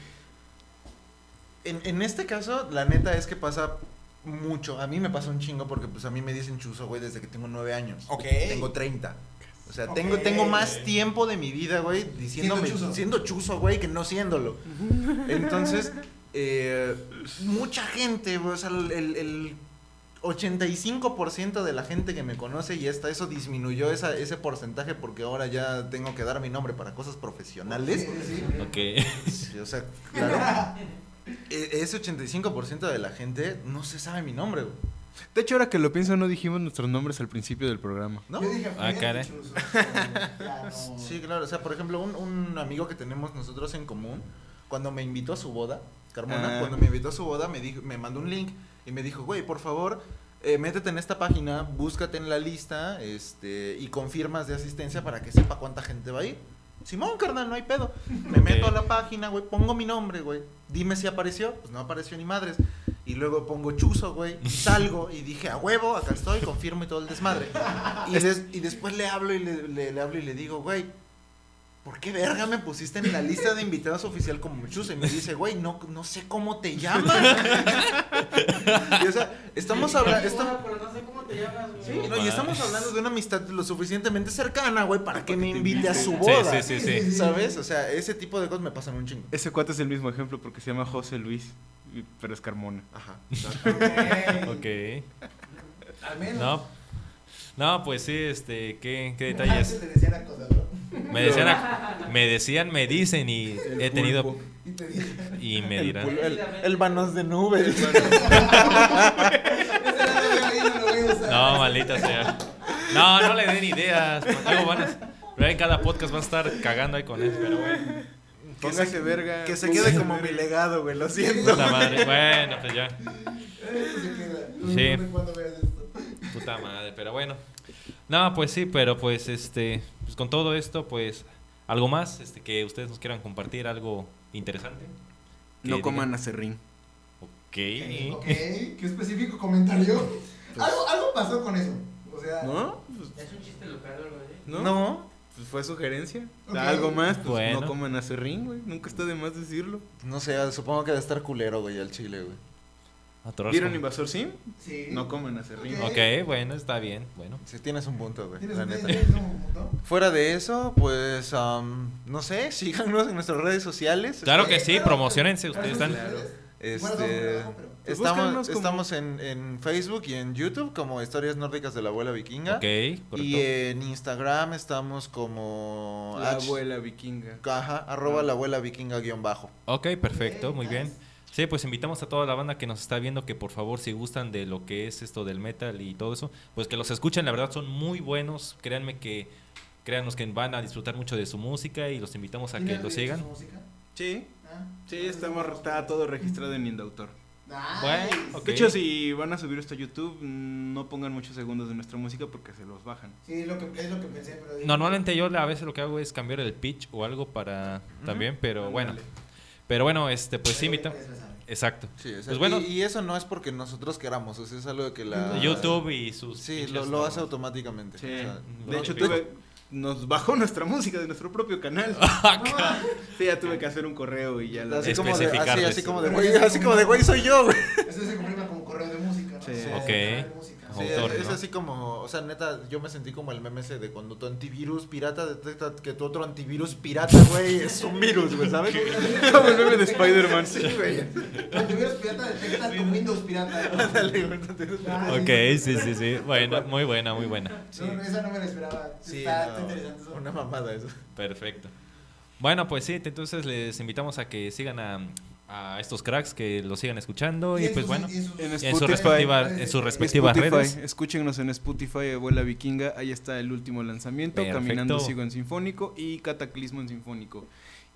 En, en este caso, la neta es que pasa mucho. A mí me pasa un chingo porque pues a mí me dicen chuzo, güey, desde que tengo nueve años. Ok. Tengo treinta. O sea, Ok. tengo, tengo más tiempo de mi vida, güey, diciéndome, Siendo chuzo. siendo chuzo, güey, que no siéndolo. Entonces, eh, mucha gente, güey, o sea, el, el- el ochenta y cinco por ciento de la gente que me conoce y hasta eso disminuyó esa, ese porcentaje porque ahora ya tengo que dar mi nombre para cosas profesionales. Ok. Sí, o sea, claro. E- Ese ochenta y cinco por ciento de la gente no se sabe mi nombre, güey. De hecho, ahora que lo pienso, no dijimos nuestros nombres al principio del programa. ¿No? Yo dije, Ah, caray. Chuzo. Ya no. Sí, claro. O sea, por ejemplo, un, un amigo que tenemos nosotros en común, cuando me invitó a su boda, Carmona, Ah. cuando me invitó a su boda, me dijo, me mandó un link y me dijo, güey, por favor, eh, métete en esta página, búscate en la lista, este, y confirmas de asistencia para que sepa cuánta gente va a ir. Simón, carnal, no hay pedo. Me Ok. meto a la página, güey, pongo mi nombre, güey. Dime si apareció. Pues no apareció ni madres. Y luego pongo chuzo, güey. Y salgo y dije, a huevo, acá estoy, confirmo y todo el desmadre. Y, des- y después le hablo y le, le- le hablo y le digo, güey, ¿por qué verga me pusiste en la lista de invitados oficial como chuzo? Y me dice, güey, no, no sé cómo te llamas. Y, o sea, estamos hablando... Estamos... Pero no sé cómo te llamas, güey. Sí, no, y estamos hablando de una amistad lo suficientemente cercana, güey, para que me te invite a su Sí, boda. sí, sí, sí. ¿Sabes? O sea, ese tipo de cosas me pasan un chingo. Ese cuate es el mismo ejemplo porque se llama José Luis, y- pero es Carmona. Ajá. Ok. Al menos. No. No, pues sí, este, ¿qué, qué Antes detalles? le decían acosador. Me decían, a- me decían, me dicen y El he tenido pulpo. Y te dije, y me El, dirán. pul- el, el vanos de nube. ese era de ahí, no lo voy a usar. No, maldita sea. No, no le den ideas. Luego van a, pero en cada podcast va a estar cagando ahí con él, pero bueno. Que Póngase se, verga. que se póngase quede como verga. mi legado, güey, lo siento. Puta madre. Bueno, pues ya. Eso se queda. Sí. No sé cuándo veas esto. Puta madre, pero bueno. No, pues sí, pero pues este, pues con todo esto, pues algo más, este, que ustedes nos quieran compartir, algo interesante. Que No digan. coman acerrín. Ok. Ok, qué específico comentario. Algo, algo pasó con eso. O sea, ¿No? Pues, ¿Es un chiste local o algo así? ¿no? No, Pues fue sugerencia. Ok. Algo más, pues Bueno. no coman acerrín, güey. Nunca está de más decirlo. no sé, supongo que debe estar culero, güey, al chile, güey. Atorarse ¿Vieron con- Invasor Sim? sí. No coman acerrín. Ok. Ok, bueno, está bien, bueno. Sí, tienes un punto, güey, ¿Tienes la un neta. tienes un punto? Fuera de eso, pues, am, no sé, síganos en nuestras redes sociales. Claro que Eh, sí, claro, promocionense, claro, ustedes están. ustedes. Este, Bueno, no, pero- pero- Pues estamos búscanos como- estamos en, en Facebook y en YouTube como Historias Nórdicas de la Abuela Vikinga. Ok, Y correcto. en Instagram estamos como... La H- abuela vikinga. Ajá, arroba la abuela vikinga guión bajo. Ok, perfecto, Ok, muy bien. nice. Sí, pues invitamos a toda la banda que nos está viendo que por favor si gustan de lo que es esto del metal y todo eso, pues que los escuchen, la verdad son muy buenos, créanme que créanos que van a disfrutar mucho de su música y los invitamos a que ¿Tienes lo su sigan. música? Sí, Ah, sí, entonces, estamos, vamos- está todo registrado en Indautor. Nice. Bueno, ok. De hecho, si van a subir esto a YouTube, mm, no pongan muchos segundos de nuestra música porque se los bajan. Sí, es lo que, es lo que pensé, pero... digo- Normalmente yo a veces lo que hago es cambiar el pitch o algo para también, pero bueno. Ándale. Pero bueno, este pues sí Pero invitamos. ya se sabe. Exacto. Sí, o sea, Pues bueno. y, y eso no es porque nosotros queramos, o sea, es algo que la... YouTube y sus Sí, pinches lo, lo normas. hace automáticamente. Sí. o sea, no, De hecho, sí. tuve, nos bajó nuestra música de nuestro propio canal. Acá. Sí, ya tuve que hacer un correo y ya la... así como de, así, Especificarles. así como de, Pero güey, ya así como- como de, güey, soy yo, güey. Eso se confirma como correo de música, ¿no? Sí. Como Ok. correo de música. Sí, Autor, es, es ¿no? así como, o sea, neta, yo me sentí como el meme ese de cuando tu antivirus pirata detecta que tu otro antivirus pirata, güey, es un virus, güey, ¿sabes? Como el meme de Spider-Man. Sí, güey. Cuando tuvieras pirata, detecta tu Windows pirata. ¿no? Ándale, güey, no te- Ah, Ok, sí, sí, sí. Bueno, muy buena, muy buena. No, esa no me la esperaba. Sí, está, no, está interesante eso. una mamada eso. Perfecto. Bueno, pues sí, entonces les invitamos a que sigan a, a estos cracks, que los sigan escuchando y en pues sus- bueno, en sus- En en su Spotify. respectiva, en su respectiva Spotify, redes. escúchenos en Spotify, Abuela Vikinga, ahí está el último lanzamiento, Perfecto. Caminando Sigo en Sinfónico y Cataclismo en Sinfónico.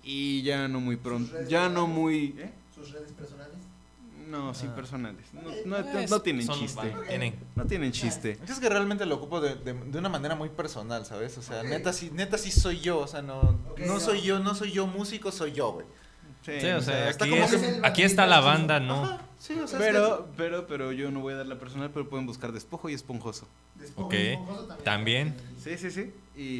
Y ya no muy pronto, redes ya no personales. muy... ¿eh? sus redes personales. No, sí, Ah. personales. No, no, Eh, no tienen son- chiste. Tienen. No tienen chiste. Es que realmente lo ocupo de, de, de una manera muy personal, ¿sabes? O sea, Ok. neta sí, neta sí soy yo, o sea, no, Ok, no no. soy yo, no soy yo músico, soy yo, güey. Sí, Sí, o sea, está aquí, como es- que- aquí está la banda, ¿no? Ajá, sí, o sea, pero, pero, pero yo no voy a dar la personal, pero pueden buscar Despojo y Esponjoso. Despojo, Ok. Despojoso También. Sí, sí, sí.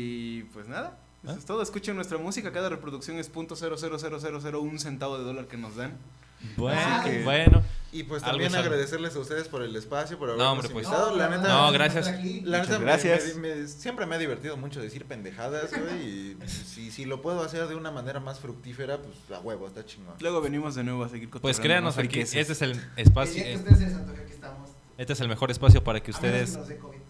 Y pues nada, eso ¿Ah? es todo. Escuchen nuestra música, cada reproducción es punto cero cero cero cero cero un centavo de dólar que nos dan. Bueno, Así que- bueno. Y pues Algo también es algo. agradecerles a ustedes por el espacio, por No, habernos hombre, pues. invitado. la neta, No, gracias. la Muchas neta me- gracias. me- me- siempre me ha divertido mucho decir pendejadas, güey, y si, si lo puedo hacer de una manera más fructífera, pues a huevo, está chingón. Luego venimos de nuevo a seguir Pues cotorreando créanos más aquí, friqueses. este es el El espacio, día que eh, ustedes se les antoje, aquí estamos. este es el mejor espacio para que A menos que ustedes. nos dé COVID.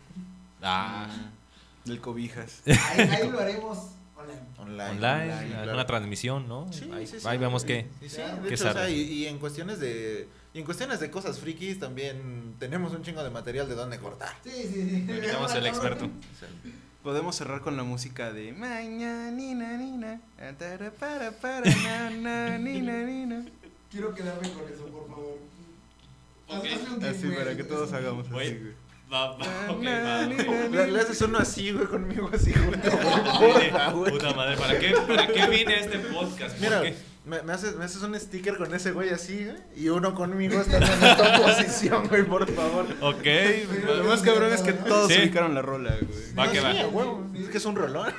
Ah, Del cobijas. Ahí, ahí lo haremos online. Online. online, online, una claro. transmisión, ¿no? Sí, ahí sí, sí. ahí vemos que. Y sí, Claro. de Qué hecho, o sea, sabe. y, y en cuestiones de y en cuestiones de cosas frikis también tenemos un chingo de material de dónde cortar. Sí, sí, sí. Invitamos al experto. O sea, Podemos cerrar con la música de Mañanina nina, atara para para na na nina nina. Quiero quedarme con eso, por favor. Ok. Hazle un Así giveaway, para que todos eso. hagamos así, Güey. güey. Va, va, ok, Na, va. na, na, le, le haces uno así, güey, conmigo así, güey. Porfa, güey. Puta madre, ¿para qué, ¿para qué vine a este podcast? ¿Por Mira, qué? me, me haces, me haces un sticker con ese güey así, güey, y uno conmigo estando en esta posición, güey, por favor. Ok, Lo más cabrón es que todos Sí. ubicaron la rola, güey. va No, que sí, va. a huevo. Es que es un rolón.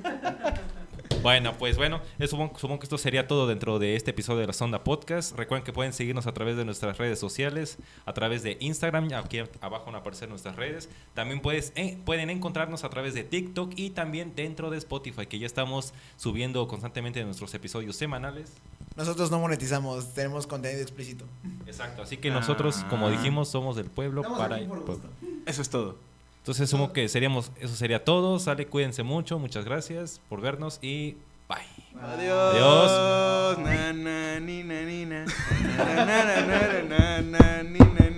Bueno, pues bueno, eh, supongo, supongo que esto sería todo dentro de este episodio de la Sonda Podcast. Recuerden que pueden seguirnos a través de nuestras redes sociales, a través de Instagram, aquí abajo van a aparecer nuestras redes. También puedes, eh, pueden encontrarnos a través de TikTok y también dentro de Spotify, que ya estamos subiendo constantemente nuestros episodios semanales. Nosotros no monetizamos, tenemos contenido explícito. Exacto, así que nosotros, como dijimos, somos del pueblo Estamos para aquí el por pueblo. gusto. Eso es todo. Entonces supongo que seríamos, eso sería todo. Sale, cuídense mucho, muchas gracias por vernos y bye. Adiós. Adiós. Na na ni na ni na. Na na na na na na ni na ni.